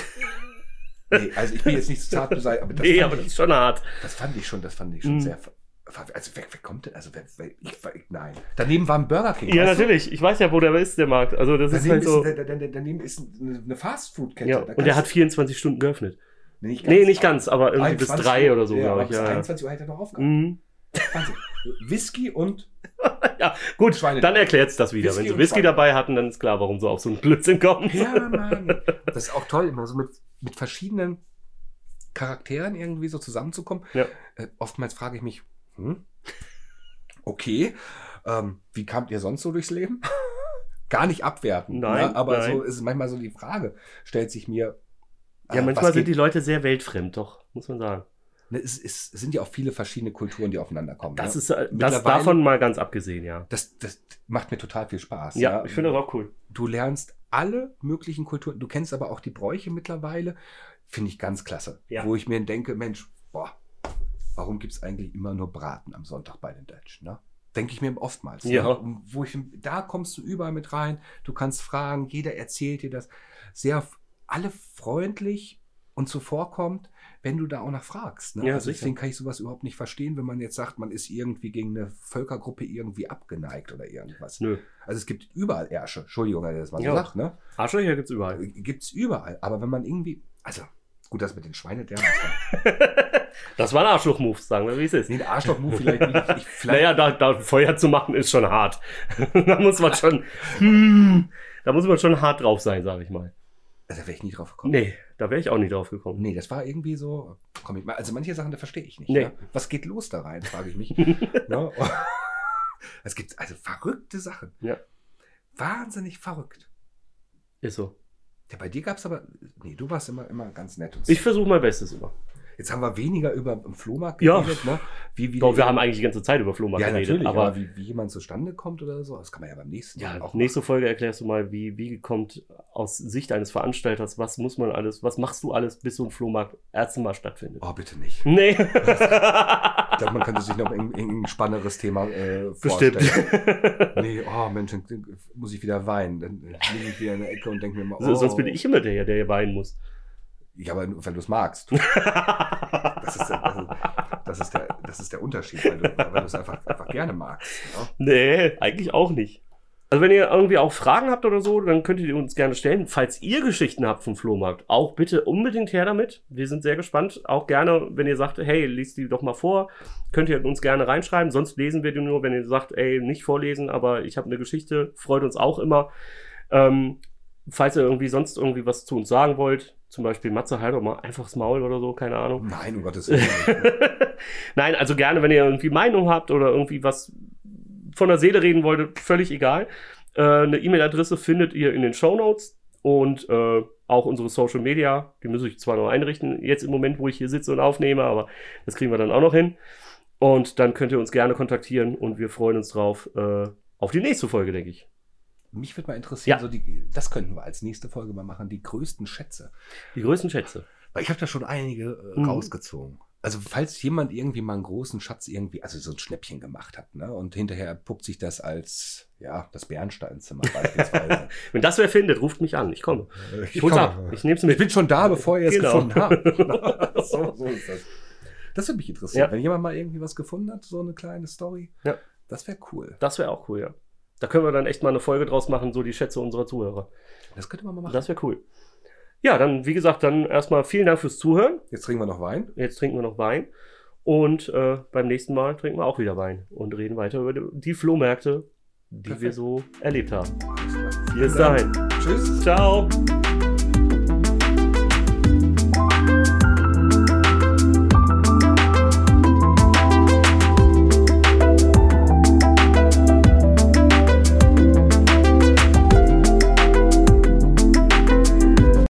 Nee, also ich bin jetzt nicht so zart beseitigt, aber das, Nee, fand aber das ich, ist schon hart. das fand ich schon, das fand ich schon Mhm. sehr. Also wer, wer kommt denn? Also wer, wer, ich, nein. Daneben war ein Burger King. Ja, weißt du? natürlich. Ich weiß ja, wo der ist, der Markt. Also das ist Daneben halt so. ist, da- da- da- daneben ist eine Fastfood-Kette. Ja. Da Und der kannst hat vierundzwanzig Stunden geöffnet. du- nicht Nee, nicht ganz, aber irgendwie bis einundzwanzig drei oder so, ja, glaube aber ich. bis Ja, ja. einundzwanzig Uhr hätte er noch aufgehabt. Mhm. Wahnsinn. Whisky und Ja, gut, Schweine- dann erklärt's das wieder. Whisky Wenn sie und Whisky Schweine. dabei hatten, dann ist klar, warum sie auf so einen Blödsinn kommen. ja, Mann. Das ist auch toll, immer so mit, mit verschiedenen Charakteren irgendwie so zusammenzukommen. Ja. Äh, oftmals frage ich mich, hm? Okay, ähm, wie kamt ihr sonst so durchs Leben? Gar nicht abwerten. Nein, ne? Aber nein. so ist manchmal so die Frage, stellt sich mir. Ja, äh, manchmal was sind geht- die Leute sehr weltfremd, doch, muss man sagen. Ne, es, es sind ja auch viele verschiedene Kulturen, die aufeinander kommen. Das ne? ist äh, das Mittlerweile- davon mal ganz abgesehen, ja. Das, das macht mir total viel Spaß. Ja, ich finde das auch cool. Du lernst alle möglichen Kulturen, du kennst aber auch die Bräuche mittlerweile. Finde ich ganz klasse. Ja. Wo ich mir denke, Mensch, boah, warum gibt es eigentlich immer nur Braten am Sonntag bei den Deutschen? Ne? Denke ich mir oftmals. Ja. Ne? Und Wo ich, da kommst du überall mit rein, du kannst fragen, jeder erzählt dir das. Sehr, alle freundlich und zuvorkommt, wenn du da auch nach fragst. Ne? Ja, also sicher. deswegen kann ich sowas überhaupt nicht verstehen, wenn man jetzt sagt, man ist irgendwie gegen eine Völkergruppe irgendwie abgeneigt oder irgendwas. Nö. Also es gibt überall Ärsche. Entschuldigung, dass ich das mal so Ja. sagt. Ne? Arschlöcher gibt's überall. Gibt es überall. Aber wenn man irgendwie, also gut, das mit den Schweinedärmen. Das war ein Arschloch-Move, sagen wir, wie es ist. Nee, ein Arschloch-Move vielleicht nicht. Ich, vielleicht Naja, da, da Feuer zu machen ist schon hart. Da muss man schon, hm, da muss man schon hart drauf sein, sage ich mal. also da wäre ich nie drauf gekommen. Nee, da wäre ich auch nicht drauf gekommen. Nee, das war irgendwie so, komm ich mal, also manche Sachen, da verstehe ich nicht. Nee. Ne? Was geht los da rein, frage ich mich. ne? Es gibt also verrückte Sachen. Ja. Wahnsinnig verrückt. Ist so. Ja, bei dir gab es aber, nee, du warst immer, immer ganz nett. Und Ich versuche mein Bestes immer. Jetzt haben wir weniger über den Flohmarkt geredet, ja. ne? Wie, wie Doch, wir haben eigentlich die ganze Zeit über Flohmarkt ja, geredet. Natürlich, aber, aber wie, wie jemand zustande kommt oder so, das kann man ja beim nächsten Mal ja, auch nächste machen. Folge erklärst du mal, wie, wie kommt aus Sicht eines Veranstalters, was muss man alles, was machst du alles, bis so ein Flohmarkt erste Mal stattfindet? Oh, bitte nicht. Nee. Ich glaube, man könnte sich noch ein, ein spannenderes Thema äh, vorstellen. Bestimmt. Nee, oh Mensch, dann muss ich wieder weinen. Dann liege ich wieder in der Ecke und denke mir mal, oh. So, sonst bin ich immer der, der hier weinen muss. Ja, aber nur, weil du es magst. Das ist, der, das, ist der, das ist der Unterschied, weil du, weil du es einfach, einfach gerne magst. Ja? Nee, eigentlich auch nicht. Also wenn ihr irgendwie auch Fragen habt oder so, dann könnt ihr uns gerne stellen. Falls ihr Geschichten habt vom Flohmarkt, auch bitte unbedingt her damit. Wir sind sehr gespannt. Auch gerne, wenn ihr sagt, hey, liest die doch mal vor, könnt ihr uns gerne reinschreiben. Sonst lesen wir die nur, wenn ihr sagt, ey, nicht vorlesen, aber ich habe eine Geschichte. Freut uns auch immer. Ähm, falls ihr irgendwie sonst irgendwie was zu uns sagen wollt, zum Beispiel Matze, halt doch mal einfach das Maul oder so, keine Ahnung. Nein, um Gottes Willen. Nein, also gerne, wenn ihr irgendwie Meinung habt oder irgendwie was von der Seele reden wolltet, völlig egal. Äh, eine E-Mail-Adresse findet ihr in den Shownotes und äh, auch unsere Social Media. Die muss ich zwar noch einrichten, jetzt im Moment, wo ich hier sitze und aufnehme, aber das kriegen wir dann auch noch hin. Und dann könnt ihr uns gerne kontaktieren und wir freuen uns drauf äh, auf die nächste Folge, denke ich. Mich würde mal interessieren, Ja. so die, das könnten wir als nächste Folge mal machen, die größten Schätze. Die größten Schätze. Weil ich habe da schon einige äh, Mhm. rausgezogen. Also falls jemand irgendwie mal einen großen Schatz irgendwie, also so ein Schnäppchen gemacht hat, ne? Und hinterher puppt sich das als, ja, das Bernsteinzimmer beispielsweise. Wenn das wer findet, ruft mich an. Ich komme. ich Ich hol's komme. ab. Ich nehme es Ich mit. bin schon da, bevor ihr es Genau. gefunden habt. so, so ist das. Das würde mich interessieren. Ja. Wenn jemand mal irgendwie was gefunden hat, so eine kleine Story, Ja. das wäre cool. Das wäre auch cool, ja. Da können wir dann echt mal eine Folge draus machen, so die Schätze unserer Zuhörer. Das könnte man mal machen. Das wäre cool. Ja, dann, wie gesagt, dann erstmal vielen Dank fürs Zuhören. Jetzt trinken wir noch Wein. Jetzt trinken wir noch Wein. Und äh, beim nächsten Mal trinken wir auch wieder Wein und reden weiter über die Flohmärkte, die Perfekt. wir so erlebt haben. Alles klar. Bis dahin. Tschüss. Ciao.